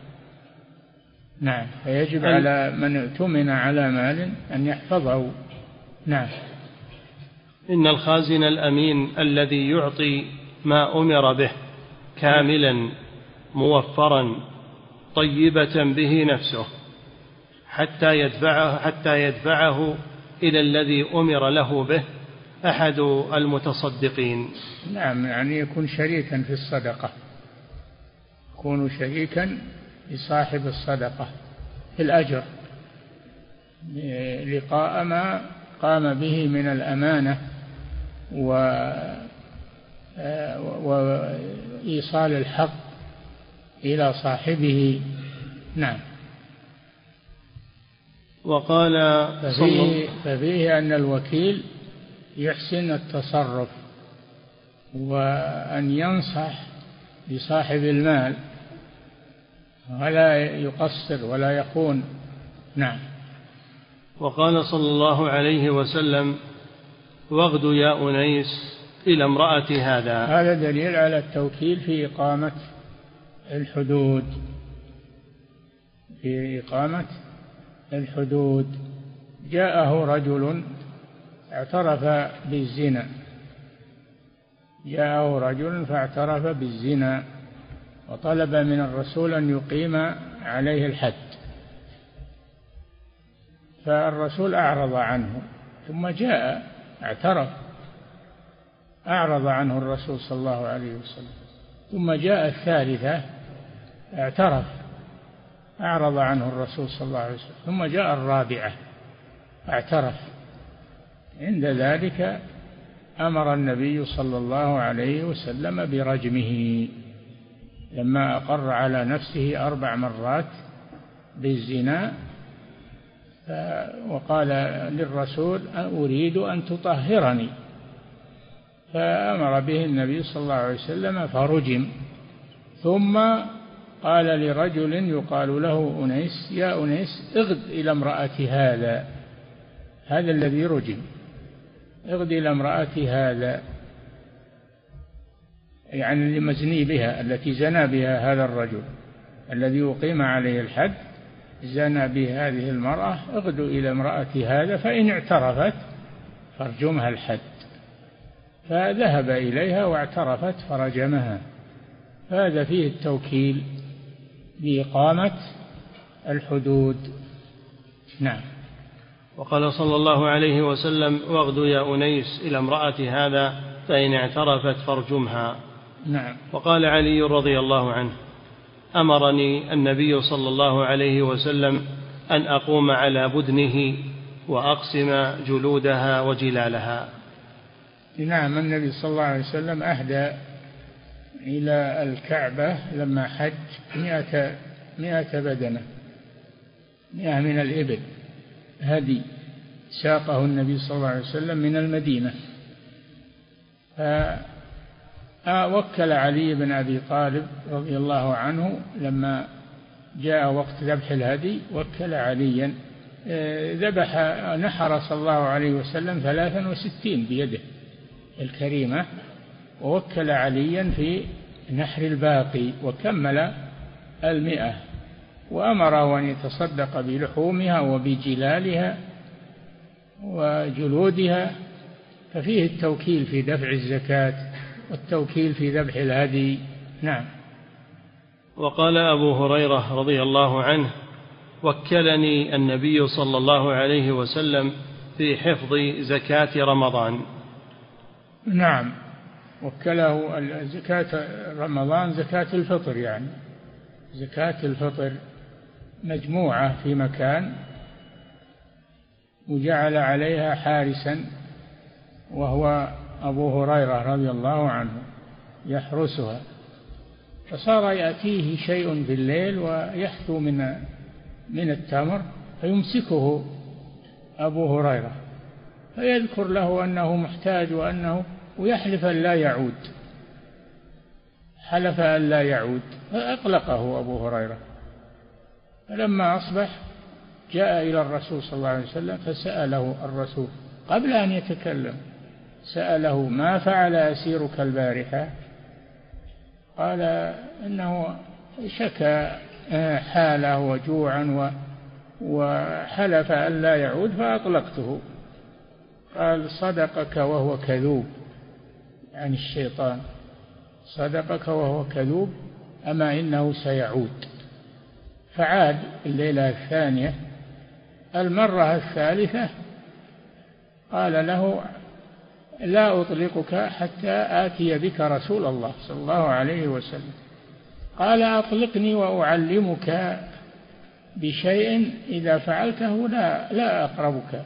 نعم، فيجب على من اؤتمن على مال أن يحفظه. نعم. إن الخازن الأمين الذي يعطي ما أمر به كاملا موفرا طيبة به نفسه حتى يدفعه, حتى يدفعه إلى الذي أمر له به أحد المتصدقين. نعم، يعني يكون شريكا في الصدقة، يكون شريكا لصاحب الصدقة في الأجر لقاء ما قام به من الأمانة وإيصال الحق إلى صاحبه. نعم. وقال ففيه, ففيه أن الوكيل يحسن التصرف وأن ينصح لصاحب المال ولا يقصر ولا يخون. نعم. وقال صلى الله عليه وسلم: واغد يا أنيس إلى امرأة هذا. هذا دليل على التوكيل في إقامة الحدود، في إقامة الحدود. جاءه رجل اعترف بالزنا جاءه رجل فاعترف بالزنا وطلب من الرسول أن يقيم عليه الحد، فالرسول أعرض عنه، ثم جاء اعترف أعرض عنه الرسول صلى الله عليه وسلم، ثم جاء الثالثة اعترف أعرض عنه الرسول صلى الله عليه وسلم، ثم جاء الرابعة اعترف. عند ذلك أمر النبي صلى الله عليه وسلم برجمه لما أقر على نفسه أربع مرات بالزنا، وقال للرسول: أريد أن تطهرني، فأمر به النبي صلى الله عليه وسلم فرجم. ثم قال لرجل يقال له أنيس: يا أنيس اغد إلى امرأة هذا هذا الذي رجم، اغد إلى امرأة هذا، يعني المزني بها التي زنى بها هذا الرجل الذي أقيم عليه الحد، زنى بهذه المرأة اغدوا إلى امرأة هذا فإن اعترفت فارجمها الحد. فذهب إليها واعترفت فرجمها. هذا فيه التوكيل بإقامة الحدود. نعم. وقال صلى الله عليه وسلم: واغدوا يا أنيس إلى امرأة هذا فإن اعترفت فارجمها. نعم. وقال علي رضي الله عنه: أمرني النبي صلى الله عليه وسلم أن أقوم على بدنه وأقسم جلودها وجلالها. نعم. النبي صلى الله عليه وسلم أهدى إلى الكعبة لما حج مئة, مئة بدنة، مئة من الإبل هدي ساقه النبي صلى الله عليه وسلم من المدينة. فوكل علي بن أبي طالب رضي الله عنه لما جاء وقت ذبح الهدي، وكل عليا ذبح نحر صلى الله عليه وسلم ثلاثا وستين بيده الكريمة، ووكل عليا في نحر الباقي وكمل المئة، وأمره أن يتصدق بلحومها وبجلالها وجلودها. ففيه التوكيل في دفع الزكاة والتوكيل في ذبح الهدي. نعم. وقال أبو هريرة رضي الله عنه: وكلني النبي صلى الله عليه وسلم في حفظ زكاة رمضان. نعم. وكله زكاة رمضان زكاة الفطر، يعني زكاة الفطر مجموعة في مكان وجعل عليها حارسا وهو أبو هريرة رضي الله عنه يحرسها، فصار يأتيه شيء في الليل ويحثو من من التمر فيمسكه أبو هريرة فيذكر له أنه محتاج وأنه ويحلف أن لا يعود، حلف أن لا يعود فأطلقه أبو هريرة. فلما أصبح جاء إلى الرسول صلى الله عليه وسلم فسأله الرسول قبل أن يتكلم، سأله: ما فعل أسيرك البارحة؟ قال: إنه شكى حاله وجوعا وحلف أن لا يعود فأطلقته. قال: صدقك وهو كذوب، يعني الشيطان صدقك وهو كذوب، أما إنه سيعود. فعاد الليلة الثانية. المرة الثالثة قال له: لا أطلقك حتى آتي بك رسول الله صلى الله عليه وسلم. قال: أطلقني وأعلمك بشيء إذا فعلته لا, لا أقربك.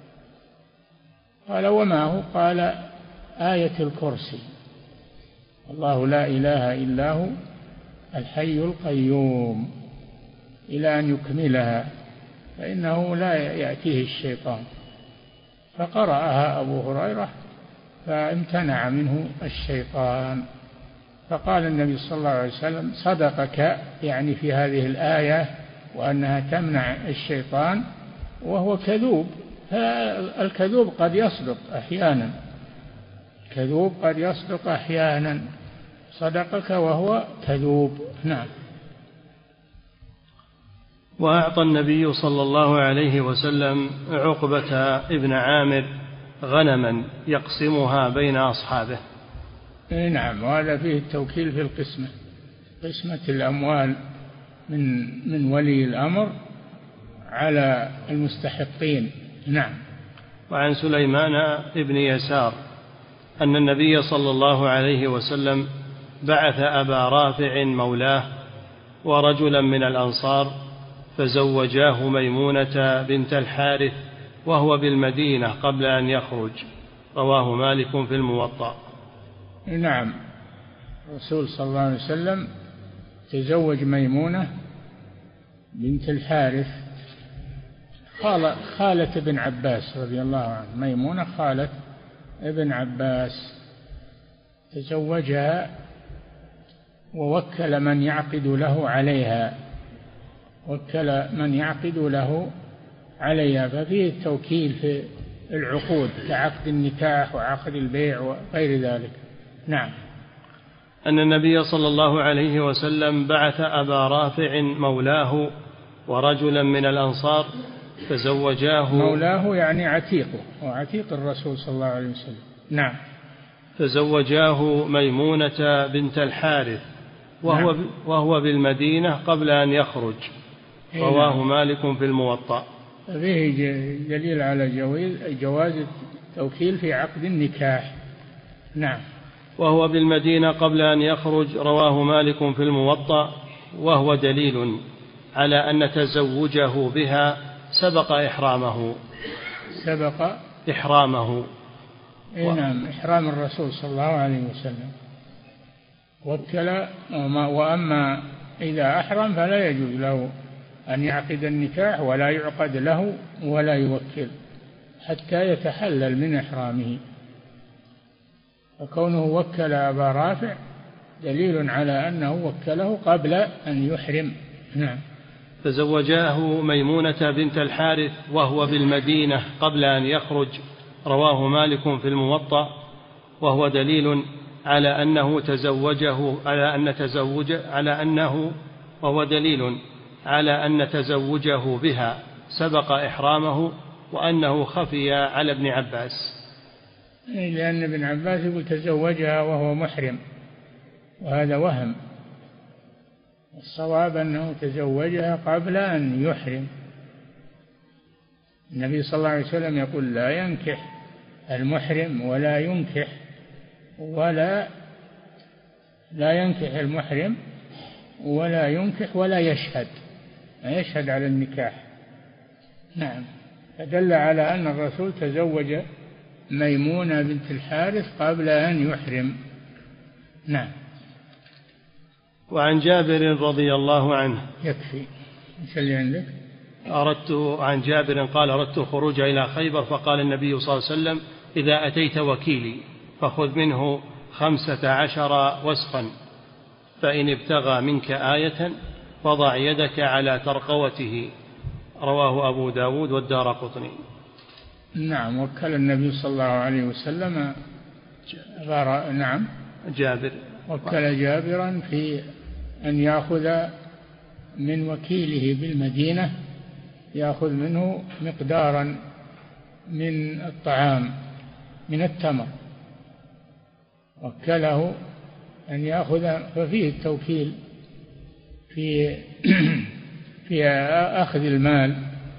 قال: وما هو؟ قال: آية الكرسي، الله لا إله إلا هو الحي القيوم، إلى أن يكملها فإنه لا يأتيه الشيطان. فقرأها أبو هريرة فامتنع منه الشيطان. فقال النبي صلى الله عليه وسلم: صدقك، يعني في هذه الآية وأنها تمنع الشيطان، وهو كذوب. فالكذوب قد يصدق أحيانا، الكذوب قد يصدق أحيانا. صدقك وهو كذوب. نعم. وأعطى النبي صلى الله عليه وسلم عقبة ابن عامر غنما يقسمها بين أصحابه. نعم. وهذا فيه التوكيل في القسمة، قسمة الأموال من من ولي الأمر على المستحقين. نعم. وعن سليمان ابن يسار أن النبي صلى الله عليه وسلم بعث أبا رافع مولاه ورجلا من الأنصار فزوجاه ميمونة بنت الحارث وهو بالمدينة قبل أن يخرج. رواه مالك في الموطأ. نعم. الرسول صلى الله عليه وسلم تزوج ميمونة بنت الحارث خالة ابن عباس رضي الله عنه. ميمونة خالة ابن عباس تزوجها ووكل من يعقد له عليها، وكل من يعقد له عليها. ففيه التوكيل في العقود كعقد النكاح وعقد البيع وغير ذلك. نعم. أن النبي صلى الله عليه وسلم بعث أبا رافع مولاه ورجلا من الأنصار فزوجاه مولاه يعني عتيقه وعتيق الرسول صلى الله عليه وسلم. نعم. فزوجاه ميمونة بنت الحارث وهو, نعم. وهو بالمدينة قبل أن يخرج. رواه مالك في الموطأ. فيه دليل على جواز التوكيل في عقد النكاح. نعم. وهو بالمدينة قبل أن يخرج. رواه مالك في الموطأ، وهو دليل على أن تزوجه بها سبق إحرامه. سبق إحرامه. و... نعم، إحرام الرسول صلى الله عليه وسلم. وكل وأما إذا أحرم فلا يجوز له أن يعقد النكاح ولا يعقد له ولا يوكل حتى يتحلل من إحرامه. وكونه وكل أبا رافع دليل على أنه وكله قبل أن يحرم. نعم. فزوجاه ميمونة بنت الحارث وهو بالمدينة قبل أن يخرج. رواه مالك في الموطأ، وهو دليل على أنه تزوجه على أن تزوج على أنه وهو دليل على أن تزوجه بها سبق إحرامه، وأنه خفي على ابن عباس، لأن ابن عباس يقول تزوجها وهو محرم، وهذا وهم. الصواب أنه تزوجها قبل أن يحرم. النبي صلى الله عليه وسلم يقول لا ينكح المحرم ولا ينكح ولا لا ينكح المحرم ولا ينكح ولا يشهد ما يشهد على النكاح. نعم. فدل على أن الرسول تزوج ميمونة بنت الحارث قبل أن يحرم. نعم. وعن جابر رضي الله عنه. يكفي ايش اللي عندك؟ أردت عن جابر قال أردت الخروج إلى خيبر، فقال النبي صلى الله عليه وسلم إذا أتيت وكيلي فخذ منه خمسة عشر وسقا، فإن ابتغى منك آية فضع يدك على ترقوته. رواه أبو داود والدارقطني. نعم. وكل النبي صلى الله عليه وسلم غار نعم جابر وكل جابرا في أن يأخذ من وكيله بالمدينة يأخذ منه مقدارا من الطعام من التمر، وكله أن يأخذ. ففيه التوكيل في في أخذ المال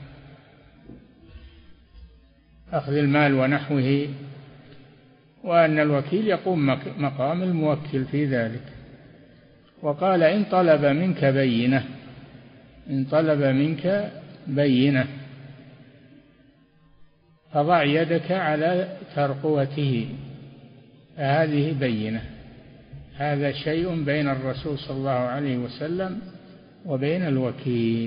أخذ المال ونحوه، وأن الوكيل يقوم مقام الموكل في ذلك. وقال إن طلب منك بينة إن طلب منك بينة فضع يدك على ترقوته، هذه بينة. هذا شيء بين الرسول صلى الله عليه وسلم وبين الوكيل،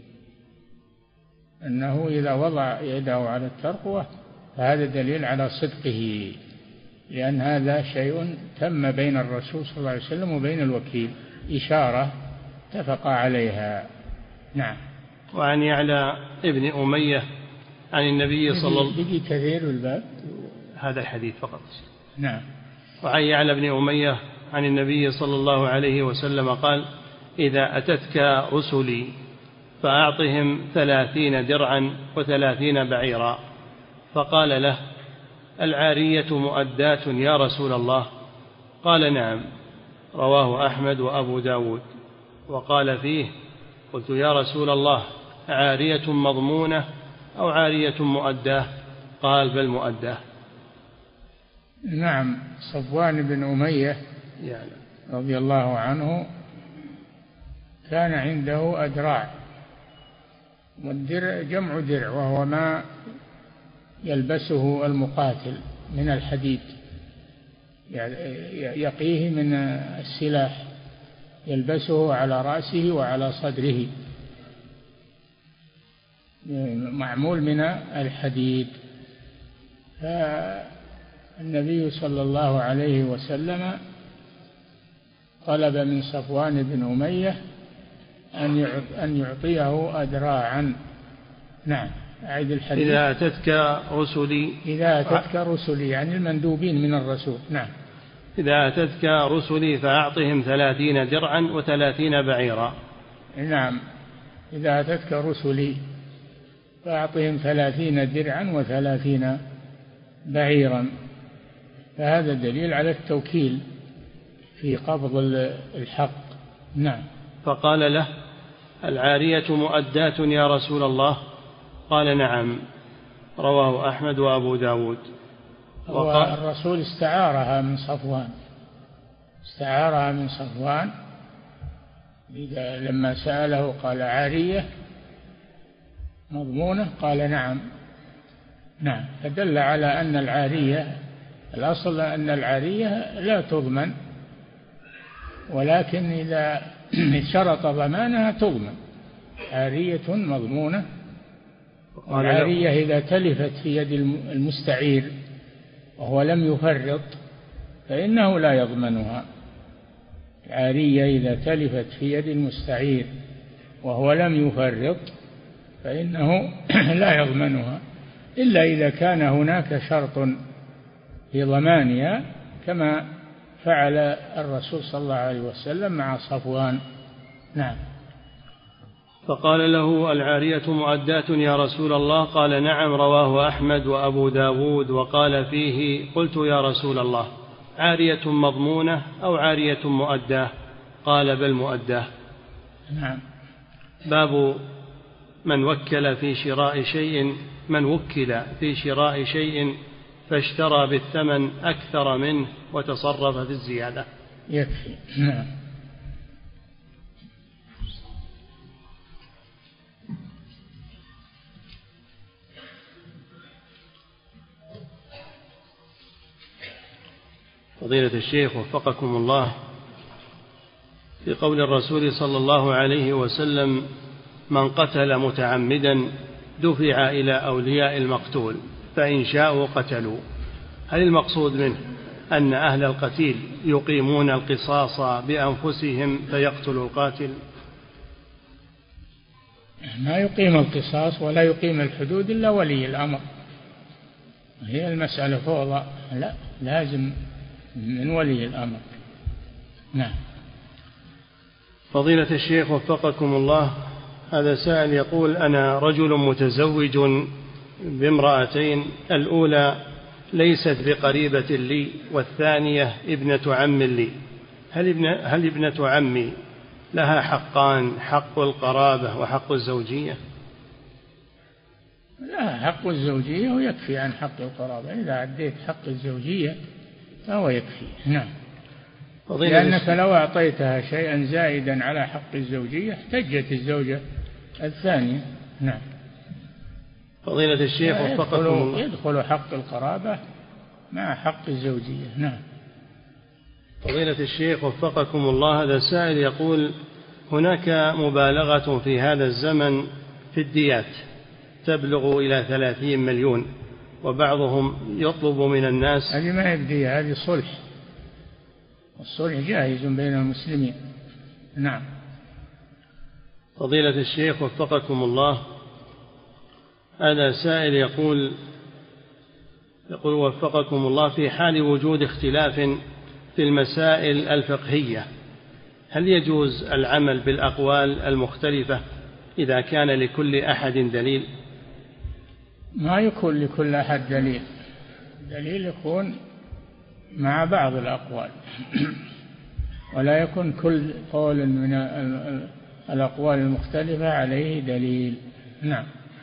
أنه إذا وضع يده على الترقوة فهذا دليل على صدقه، لأن هذا شيء تم بين الرسول صلى الله عليه وسلم وبين الوكيل، إشارة اتفق عليها. نعم. وعن يعلى ابن أمية عن النبي صلى الله عليه وسلم بقي كثير الباب هذا الحديث فقط. نعم. وعن يعلى ابن أمية عن النبي صلى الله عليه وسلم قال إذا أتتك رسلي فأعطهم ثلاثين درعا وثلاثين بعيرا. فقال له العارية مؤداة يا رسول الله؟ قال نعم. رواه أحمد وأبو داود. وقال فيه قلت يا رسول الله عارية مضمونة أو عارية مؤداة؟ قال بل مؤداة. نعم. صفوان بن أمية يعني رضي الله عنه كان عنده أدراع، والدرع جمع درع وهو ما يلبسه المقاتل من الحديد يقيه من السلاح، يلبسه على رأسه وعلى صدره، معمول من الحديد. فالنبي صلى الله عليه وسلم طلب من صفوان بن أمية أن يعطيه أدراعا. نعم. أعيد الحديث. إذا أتتك رسلي إذا أتتك رسلي يعني المندوبين من الرسول. نعم. إذا أتتك رسلي فأعطهم ثلاثين درعا وثلاثين بعيرا. نعم. إذا أتتك رسلي فأعطهم ثلاثين درعا وثلاثين بعيرا، فهذا دليل على التوكيل في قبض الحق. نعم. فقال له: العارية مؤداة يا رسول الله؟ قال: نعم. رواه أحمد وأبو داود. والرسول استعارها من صفوان، استعارها من صفوان لما سأله قال: عارية مضمونة؟ قال: نعم. نعم، فدل على أن العارية، الأصل أن العارية لا تضمن، ولكن إذا شرط ضمانها تضمن. عارية مضمونة. العارية إذا تلفت في يد المستعير وهو لم يفرط فإنه لا يضمنها. العارية إذا تلفت في يد المستعير وهو لم يفرط فإنه لا يضمنها، إلا إذا كان هناك شرط في ضمانها كما فعل الرسول صلى الله عليه وسلم مع صفوان. نعم. فقال له: العارية مؤداة يا رسول الله؟ قال: نعم. رواه أحمد وأبو داود. وقال فيه: قلت يا رسول الله، عارية مضمونة أو عارية مؤداة؟ قال: بل مؤداة. نعم. باب من وكل في شراء شيء من وكل في شراء شيء فاشترى بالثمن أكثر منه وتصرف في الزيادة. يكفي. نعم. فضيلة الشيخ وفقكم الله، في قول الرسول صلى الله عليه وسلم: من قتل متعمدا دفع إلى أولياء المقتول فإن شاءوا قتلوا، هل المقصود منه أن أهل القتيل يقيمون القصاص بأنفسهم فيقتلوا القاتل؟ ما يقيم القصاص ولا يقيم الحدود إلا ولي الأمر. هي المسألة فوضى، لا، لازم من ولي الأمر. نعم. فضيلة الشيخ وفقكم الله، هذا سائل يقول: أنا رجل متزوج بامرأتين، الأولى ليست بقريبة لي والثانية ابنة عم لي، هل, ابن هل ابنة عمي لها حقان، حق القرابة وحق الزوجية؟ لا، حق الزوجية ويكفي عن حق القرابة. إذا عديت حق الزوجية فهو يكفي. نعم. لأنك لو أعطيتها شيئا زائدا على حق الزوجية احتجت الزوجة الثانية. نعم. فضيلة الشيخ وفقكم الله، يدخل حق القرابة مع حق الزوجية. نعم. فضيلة الشيخ وفقكم الله، هذا سائل يقول: هناك مبالغة في هذا الزمن في الديات تبلغ إلى ثلاثين مليون، وبعضهم يطلب من الناس. هذه ما يبدي، هذه صلح، والصلح جائز بين المسلمين. نعم. فضيلة الشيخ وفقكم الله، هذا سائل يقول يقول وفقكم الله: في حال وجود اختلاف في المسائل الفقهية هل يجوز العمل بالأقوال المختلفة إذا كان لكل أحد دليل؟ ما يكون لكل أحد دليل، دليل يكون مع بعض الأقوال ولا يكون كل قول من الأقوال المختلفة عليه دليل. نعم.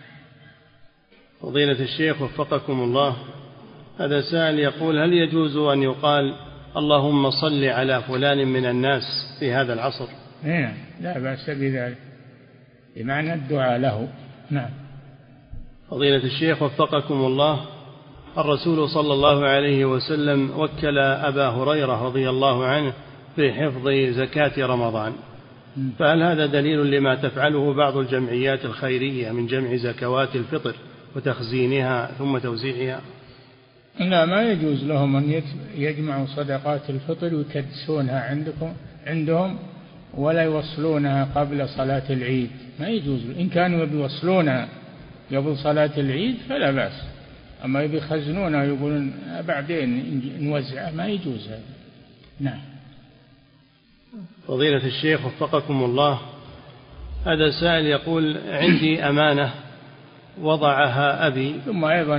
فضيلة الشيخ وفقكم الله، هذا سائل يقول: هل يجوز أن يقال اللهم صل على فلان من الناس في هذا العصر؟ نعم، لا بأس بذلك، بمعنى الدعاء له. نعم. فضيلة الشيخ وفقكم الله، الرسول صلى الله عليه وسلم وكل أبا هريرة رضي الله عنه في حفظ زكاة رمضان، فهل هذا دليل لما تفعله بعض الجمعيات الخيرية من جمع زكوات الفطر وتخزينها ثم توزيعها؟ لا، ما يجوز لهم أن يجمعوا صدقات الفطر ويكدسونها عندكم عندهم ولا يوصلونها قبل صلاة العيد، ما يجوز. إن كانوا يوصلونها قبل صلاة العيد فلا بأس، أما يخزنونها يقولون بعدين نوزعها، ما يجوز هذا. نعم. فضيلة الشيخ وفقكم الله، هذا سائل يقول عندي أمانة وضعها أبي. ثم أيضا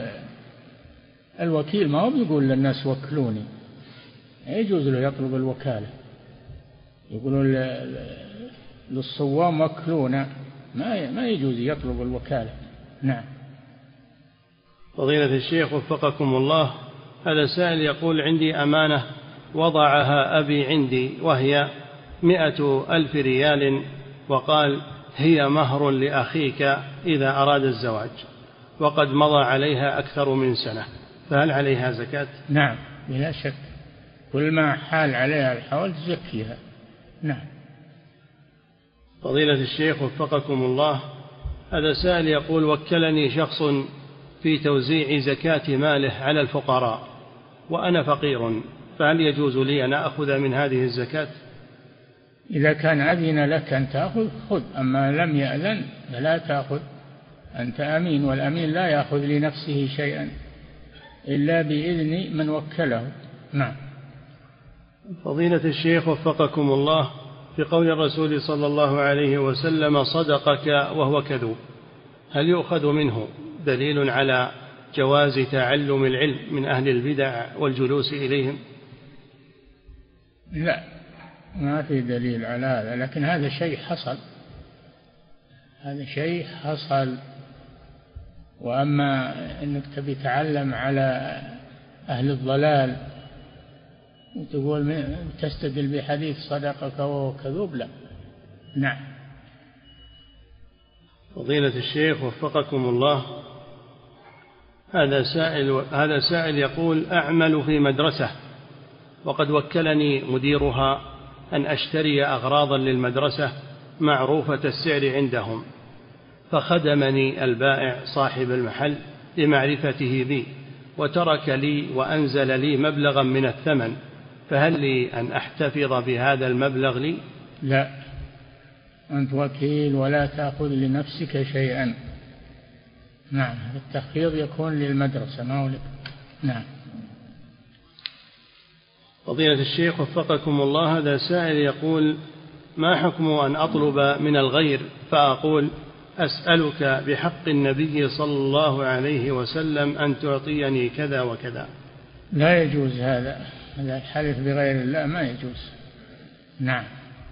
الوكيل ما هو بيقول للناس وكلوني، يجوز له يطلب الوكالة، يقولون للصوام وكلونا، ما ما يجوز يطلب الوكالة. نعم. فضيلة الشيخ وفقكم الله، هذا سائل يقول عندي أمانة وضعها أبي عندي وهي مئة ألف ريال، وقال هي مهر لأخيك إذا أراد الزواج، وقد مضى عليها أكثر من سنة، فهل عليها زكاة؟ نعم بلا شك، كل ما حال عليها الحول تزكيها. نعم. فضيلة الشيخ وفقكم الله، هذا سائل يقول وكلني شخص في توزيع زكاة ماله على الفقراء وأنا فقير، فهل يجوز لي أن أخذ من هذه الزكاة؟ إذا كان أذن لك أن تأخذ خذ، أما لم يأذن فلا تأخذ، أنت أمين، والأمين لا يأخذ لنفسه شيئا إلا بإذن من وكله. نعم. فضيلة الشيخ وفقكم الله، في قول الرسول صلى الله عليه وسلم صدقك وهو كذوب، هل يؤخذ منه دليل على جواز تعلم العلم من أهل البدع والجلوس إليهم؟ لا، ما في دليل على هذا، لكن هذا شيء حصل، هذا شيء حصل. وأما أنك تبي تعلم على أهل الضلال وتقول تستدل بحديث صدقك وهو كذوب، لا. نعم. فضيلة الشيخ وفقكم الله، هذا سائل هذا سائل يقول أعمل في مدرسة وقد وكلني مديرها أن أشتري أغراضا للمدرسة معروفة السعر عندهم، فخدمني البائع صاحب المحل لمعرفته بي وترك لي وأنزل لي مبلغا من الثمن، فهل لي أن أحتفظ بهذا المبلغ لي؟ لا، أنت وكيل ولا تأخذ لنفسك شيئا. نعم، التخفيض يكون للمدرسة ما هو لك. نعم. فضيلة الشيخ وفقكم الله، هذا سائل يقول ما حكم أن أطلب من الغير فأقول أسألك بحق النبي صلى الله عليه وسلم أن تعطيني كذا وكذا؟ لا يجوز هذا، هذا الحلف بغير الله ما يجوز. نعم.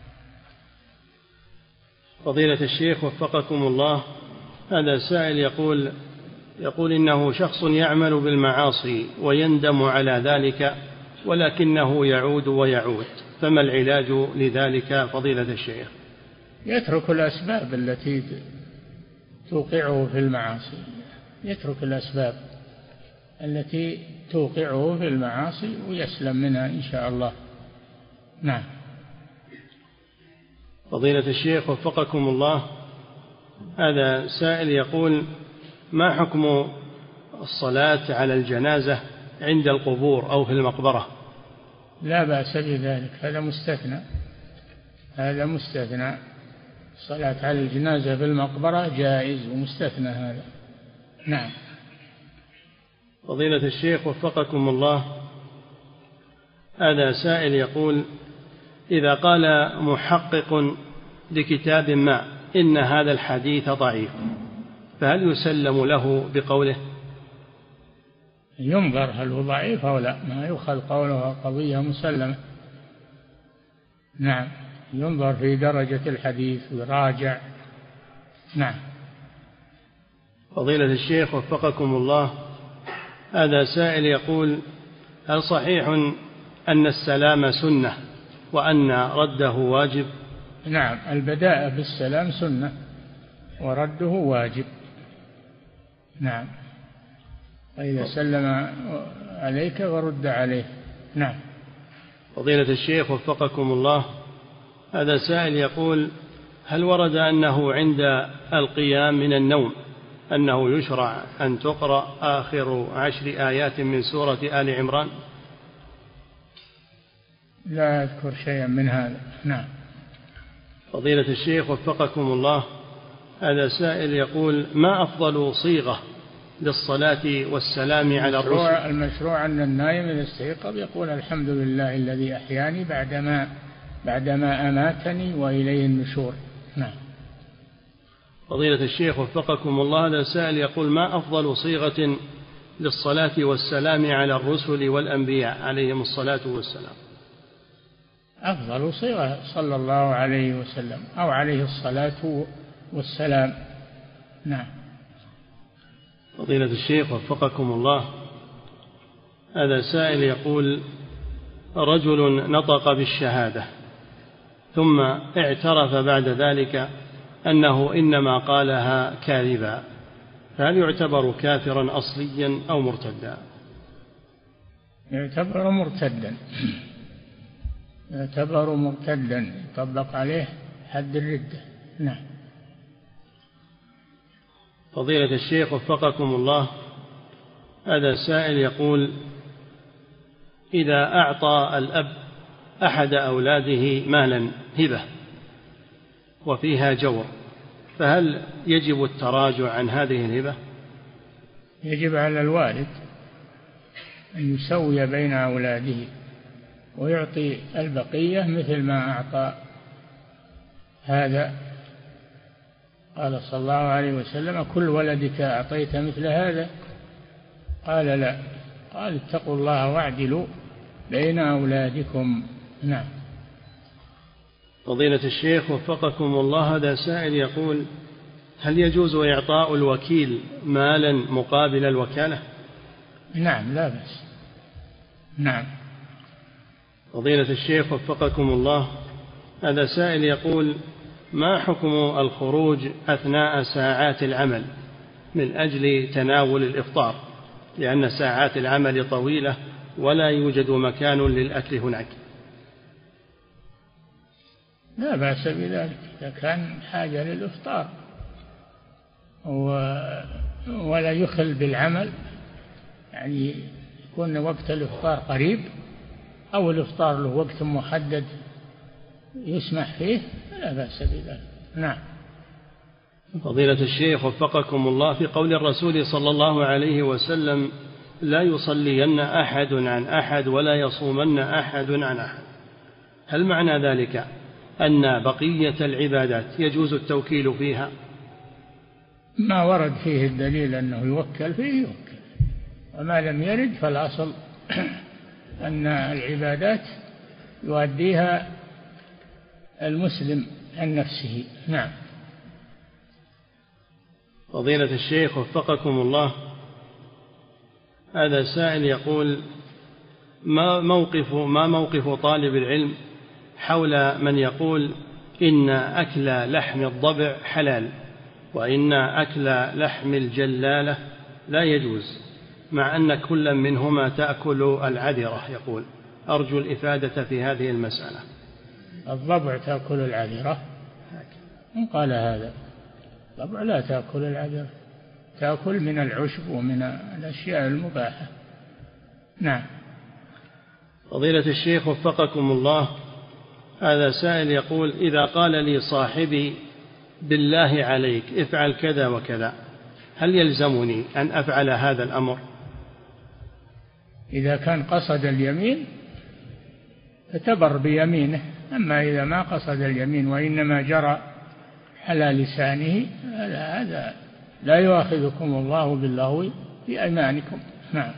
فضيلة الشيخ وفقكم الله، هذا سائل يقول يقول إنه شخص يعمل بالمعاصي ويندم على ذلك ولكنه يعود ويعود، فما العلاج لذلك فضيلة الشيخ؟ يترك الأسباب التي توقعه في المعاصي، يترك الأسباب التي توقعه في المعاصي ويسلم منها إن شاء الله. نعم. فضيلة الشيخ وفقكم الله، هذا سائل يقول ما حكم الصلاة على الجنازة عند القبور أو في المقبرة؟ لا بأس بذلك، هذا مستثنى، هذا مستثنى. الصلاة على الجنازة في المقبرة جائز ومستثنى هذا. نعم. فضيلة الشيخ وفقكم الله، هذا سائل يقول إذا قال محقق لكتاب ما إن هذا الحديث ضعيف، فهل يسلم له بقوله؟ ينظر هل هو ضعيف أو لا، ما يؤخذ قوله قضية مسلمة. نعم، ينظر في درجة الحديث ويراجع. نعم. فضيلة الشيخ وفقكم الله، هذا سائل يقول هل صحيح أن السلام سنة وأن رده واجب؟ نعم، البداء بالسلام سنة ورده واجب. نعم، وإذا سلم عليك ورد عليه. نعم. فضيلة الشيخ وفقكم الله، هذا سائل يقول هل ورد أنه عند القيام من النوم أنه يشرع أن تقرأ آخر عشر آيات من سورة آل عمران؟ لا أذكر شيئا من هذا. نعم. فضيلة الشيخ وفقكم الله، هذا سائل يقول ما أفضل صيغة للصلاة والسلام على الرسل؟ المشروع أن النائم إذا استيقظ يقول الحمد لله الذي أحياني بعدما بعدما أماتني وإليه النشور. نعم. فضيلة الشيخ وفقكم الله، هذا سائل يقول: ما أفضل صيغة للصلاة والسلام على الرسل والأنبياء عليهم الصلاة والسلام؟ أفضل صيغة صلى الله عليه وسلم أو عليه الصلاة والسلام. نعم. فضيلة الشيخ وفقكم الله، هذا سائل يقول: رجل نطق بالشهادة ثم اعترف بعد ذلك أنه إنما قالها كاذبا، فهل يعتبر كافرا أصليا أو مرتدا؟ يعتبر مرتدا، يعتبر مرتدا، يطبق عليه حد الردة. نعم. فضيلة الشيخ وفقكم الله، هذا سائل يقول: إذا أعطى الأب أحد أولاده مالا هبة وفيها جور، فهل يجب التراجع عن هذه الهبة؟ يجب على الوالد أن يسوي بين أولاده ويعطي البقية مثل ما أعطى هذا. قال صلى الله عليه وسلم: كل ولدك أعطيت مثل هذا؟ قال: لا. قال: اتقوا الله واعدلوا بين أولادكم. نعم. فضيلة الشيخ وفقكم الله، هذا سائل يقول: هل يجوز إعطاء الوكيل مالا مقابل الوكالة؟ نعم، لا بأس. نعم. فضيلة الشيخ وفقكم الله، هذا سائل يقول: ما حكم الخروج أثناء ساعات العمل من أجل تناول الإفطار، لأن ساعات العمل طويلة ولا يوجد مكان للأكل هناك؟ لا بأس بذلك إذا كان حاجة للإفطار ولا يخل بالعمل، يعني يكون وقت الإفطار قريب أو الإفطار له وقت محدد يسمح فيه، لا بأس بذلك. نعم. فضيلة الشيخ وفقكم الله، في قول الرسول صلى الله عليه وسلم: لا يصلين أحد عن أحد ولا يصومن أحد عن أحد، هل معنى ذلك أن بقية العبادات يجوز التوكيل فيها؟ ما ورد فيه الدليل أنه يوكل فيه يوكل، وما لم يرد فالأصل أن العبادات يؤديها المسلم عن نفسه. نعم. فضيلة الشيخ وفقكم الله، هذا سائل يقول: ما موقف ما موقف طالب العلم حول من يقول إن أكل لحم الضبع حلال وإن أكل لحم الجلالة لا يجوز، مع أن كل منهما تأكل العذرة؟ يقول: أرجو الإفادة في هذه المسألة. الضبع تأكل العذرة؟ من قال هذا؟ الضبع لا تأكل العذرة، تأكل من العشب ومن الأشياء المباحة. نعم. فضيلة الشيخ وفقكم الله، هذا سائل يقول: إذا قال لي صاحبي بالله عليك افعل كذا وكذا، هل يلزمني أن أفعل هذا الأمر؟ إذا كان قصد اليمين فتبر بيمينه، أما إذا ما قصد اليمين وإنما جرى على لسانه هذا لا يؤاخذكم الله باللغو في أيمانكم. نعم.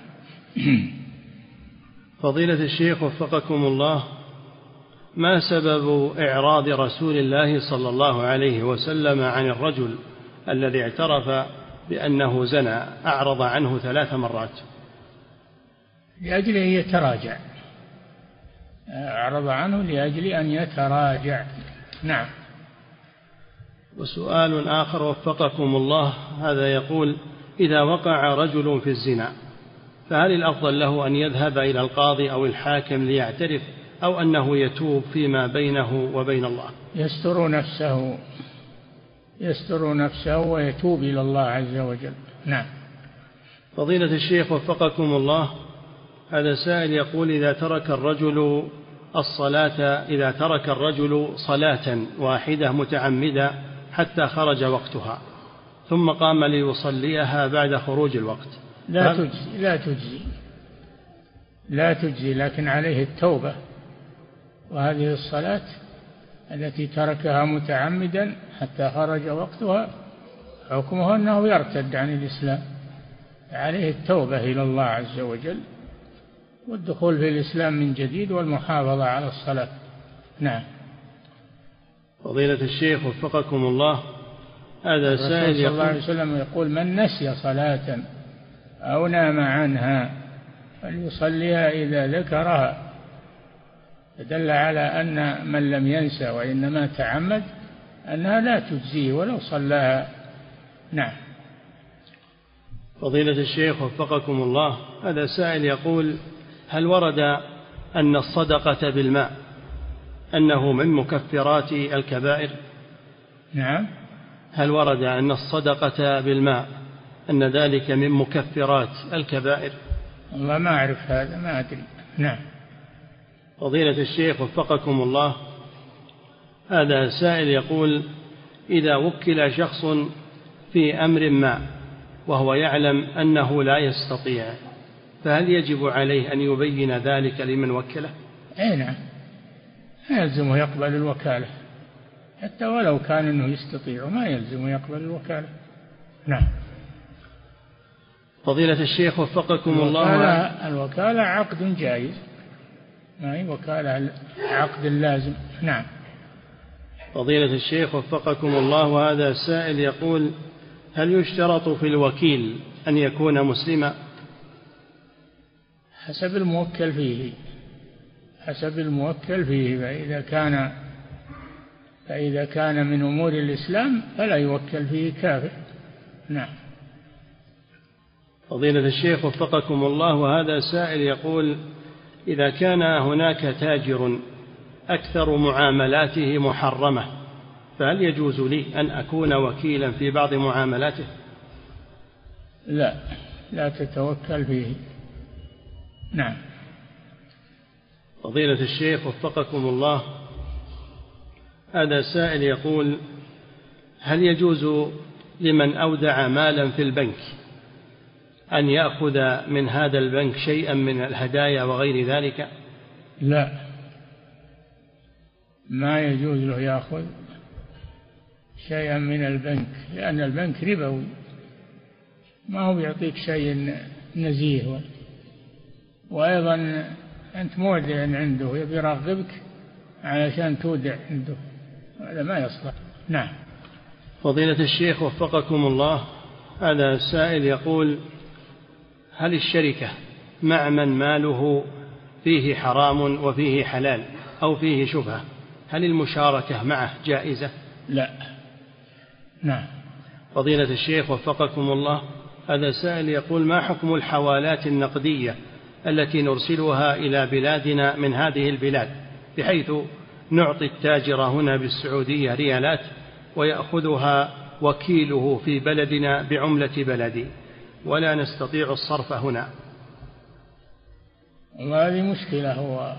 فضيلة الشيخ وفقكم الله، ما سبب إعراض رسول الله صلى الله عليه وسلم عن الرجل الذي اعترف بأنه زنى؟ أعرض عنه ثلاث مرات. لأجل أن يتراجع، أعرض عنه لأجل أن يتراجع. نعم. وسؤال آخر وفقكم الله، هذا يقول: إذا وقع رجل في الزنا فهل الأفضل له أن يذهب إلى القاضي أو الحاكم ليعترف، أو أنه يتوب فيما بينه وبين الله؟ يستر نفسه، يستر نفسه ويتوب إلى الله عز وجل. نعم. فضيلة الشيخ وفقكم الله، هذا سائل يقول: إذا ترك الرجل الصلاة إذا ترك الرجل صلاة واحدة متعمدا حتى خرج وقتها ثم قام ليصليها بعد خروج الوقت، لا تجزي لا تجزي لا تجزي لكن عليه التوبة. وهذه الصلاة التي تركها متعمدا حتى خرج وقتها حكمه أنه يرتد عن الإسلام، عليه التوبة إلى الله عز وجل والدخول في الإسلام من جديد والمحافظة على الصلاة. نعم. فضيلة الشيخ وفقكم الله، هذا سائل صلى الله عليه وسلم يقول: من نسي صلاة أو نام عنها فليصليها إذا ذكرها، فدل على أن من لم ينسى وإنما تعمد أنها لا تجزيه ولو صلاها. نعم. فضيلة الشيخ وفقكم الله، هذا سائل يقول: هل ورد أن الصدقة بالماء أنه من مكفرات الكبائر؟ نعم. هل ورد أن الصدقة بالماء أن ذلك من مكفرات الكبائر؟ والله ما أعرف هذا، ما أدري. نعم. فضيلة الشيخ وفقكم الله، هذا سائل يقول: إذا وكل شخص في أمر ما وهو يعلم أنه لا يستطيع، فهل يجب عليه أن يبين ذلك لمن وكله؟ أي نعم، يلزمه يقبل الوكالة حتى ولو كان أنه يستطيع، ما يلزمه يقبل الوكالة. نعم. فضيلة الشيخ وفقكم الله، الوكالة, الوكالة عقد جائز، ما هي وكالة عقد لازم. نعم. فضيلة الشيخ وفقكم الله، وهذا سائل يقول: هل يشترط في الوكيل أن يكون مسلما؟ حسب الموكل فيه، حسب الموكل فيه، فإذا كان فإذا كان من أمور الإسلام فلا يوكل فيه كافر. نعم. فضيلة الشيخ وفقكم الله، وهذا سائل يقول: إذا كان هناك تاجر أكثر معاملاته محرمة، فهل يجوز لي أن أكون وكيلا في بعض معاملاته؟ لا، لا تتوكل فيه. نعم. فضيلة الشيخ وفقكم الله، هذا سائل يقول: هل يجوز لمن أودع مالا في البنك أن يأخذ من هذا البنك شيئا من الهدايا وغير ذلك؟ لا، ما يجوز له يأخذ شيئا من البنك، لأن البنك ربوي، ما هو يعطيك شيء نزيه، وأيضا أنت مودع عنده، يبي يرغبك علشان تودع عنده، هذا ما يصلح. نعم. فضيلة الشيخ وفقكم الله، هذا السائل يقول: هل الشركة مع من ماله فيه حرام وفيه حلال أو فيه شبهة، هل المشاركة معه جائزة؟ لا. نعم. فضيلة الشيخ وفقكم الله، هذا سائل يقول: ما حكم الحوالات النقدية التي نرسلها إلى بلادنا من هذه البلاد، بحيث نعطي التاجر هنا بالسعودية ريالات ويأخذها وكيله في بلدنا بعملة بلدي ولا نستطيع الصرف هنا؟ وهذه مشكلة هو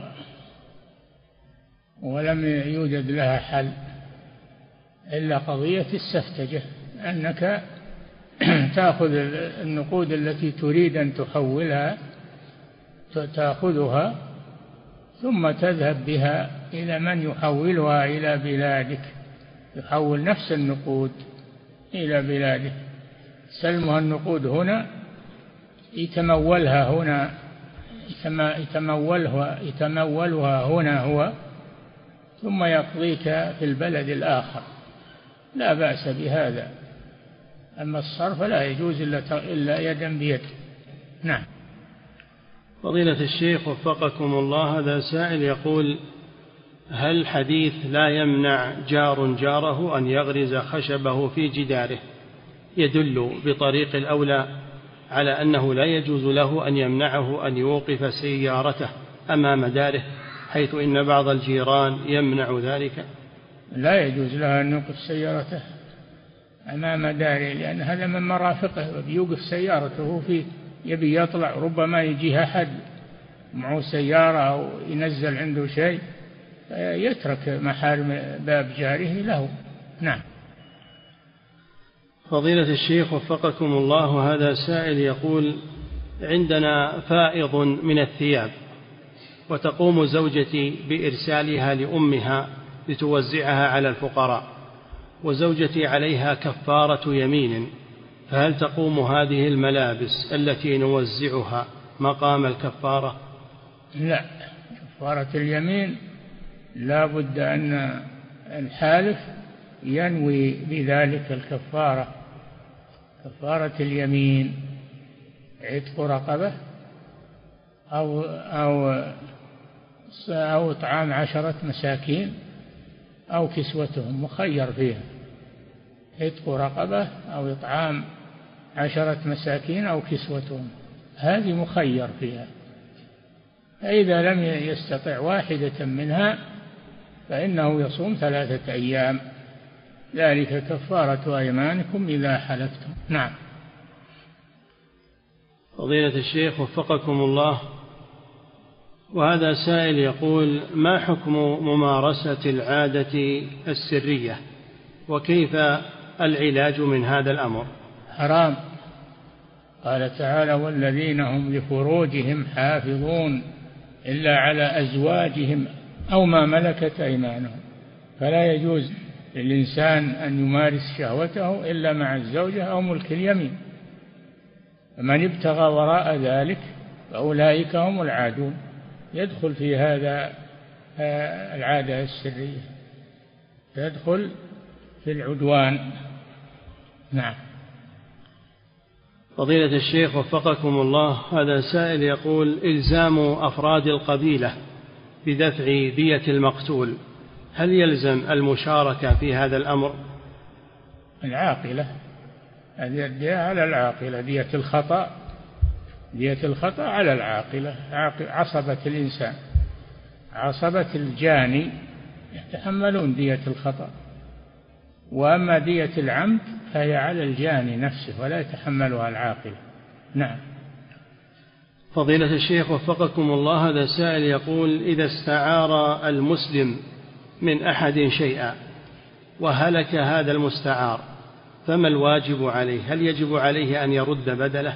ولم يوجد لها حل إلا قضية السفتجة، أنك تأخذ النقود التي تريد أن تحولها، تأخذها ثم تذهب بها إلى من يحولها إلى بلادك، يحول نفس النقود إلى بلاده، سلمها النقود هنا، يتمولها هنا، يتمولها, يتمولها هنا هو، ثم يقضيك في البلد الآخر، لا بأس بهذا. أما الصرف لا يجوز إلا يدا بيد. نعم. فضيلة الشيخ وفقكم الله، هذا سائل يقول: هل حديث لا يمنع جار جاره أن يغرز خشبه في جداره يدل بطريق الأولى على أنه لا يجوز له أن يمنعه أن يوقف سيارته أمام داره، حيث إن بعض الجيران يمنع ذلك؟ لا يجوز له أن يوقف سيارته أمام داره، لأن هذا من مرافقه، بيوقف سيارته فيه، يبي يطلع، ربما يجيه أحد معه سيارة أو ينزل عنده شيء، يترك محارم باب جاره له. نعم. فضيلة الشيخ وفقكم الله، هذا سائل يقول: عندنا فائض من الثياب، وتقوم زوجتي بإرسالها لأمها لتوزعها على الفقراء، وزوجتي عليها كفارة يمين، فهل تقوم هذه الملابس التي نوزعها مقام الكفارة؟ لا، كفارة اليمين لا بد أن الحالف ينوي بذلك الكفارة. كفارة اليمين عتق رقبة أو أو أو إطعام عشرة مساكين أو كسوتهم، مخير فيها، عتق رقبة أو إطعام عشرة مساكين أو كسوتهم، هذه مخير فيها. فإذا لم يستطع واحدة منها فإنه يصوم ثلاثة أيام، ذلك كفارة أيمانكم إذا حلفتم. نعم. فضيلة الشيخ وفقكم الله، وهذا سائل يقول: ما حكم ممارسة العادة السرية، وكيف العلاج من هذا الأمر؟ حرام. قال تعالى: والذين هم لفروجهم حافظون إلا على أزواجهم أو ما ملكت أيمانهم. فلا يجوز للإنسان أن يمارس شهوته إلا مع الزوجة أو ملك اليمين. فمن ابتغى وراء ذلك فأولئك هم العادون، يدخل في هذا العادة السرية، يدخل في العدوان. نعم. فضيلة الشيخ وفقكم الله، هذا سائل يقول: إلزام أفراد القبيلة بدفع دية المقتول، هل يلزم المشاركة في هذا الأمر؟ العاقلة، هذه الدية على العاقلة، دية الخطأ، دية الخطأ على العاقلة، عصبة الإنسان، عصبة الجاني يتحملون دية الخطأ، وأما دية العمد فهي على الجاني نفسه ولا يتحملها العاقلة. نعم. فضيلة الشيخ وفقكم الله، هذا سائل يقول: إذا استعار المسلم من أحد شيئا وهلك هذا المستعار فما الواجب عليه؟ هل يجب عليه أن يرد بدله؟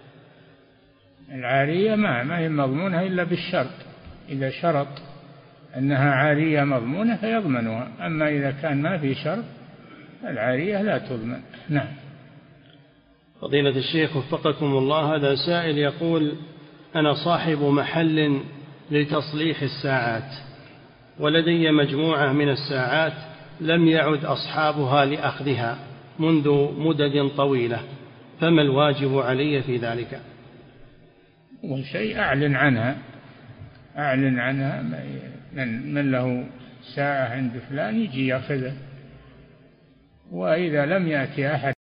العارية ما ما هي مضمونة إلا بالشرط، إذا شرط أنها عارية مضمونة فيضمنها، أما إذا كان ما في شرط العارية لا تضمن. نعم. فضيلة الشيخ وفقكم الله، هذا سائل يقول: أنا صاحب محل لتصليح الساعات، ولدي مجموعة من الساعات لم يعد أصحابها لأخذها منذ مدد طويلة، فما الواجب علي في ذلك؟ والشيء أعلن عنها، أعلن عنها، من, من له ساعة عند فلان يجي يأخذها، وإذا لم يأتي أحد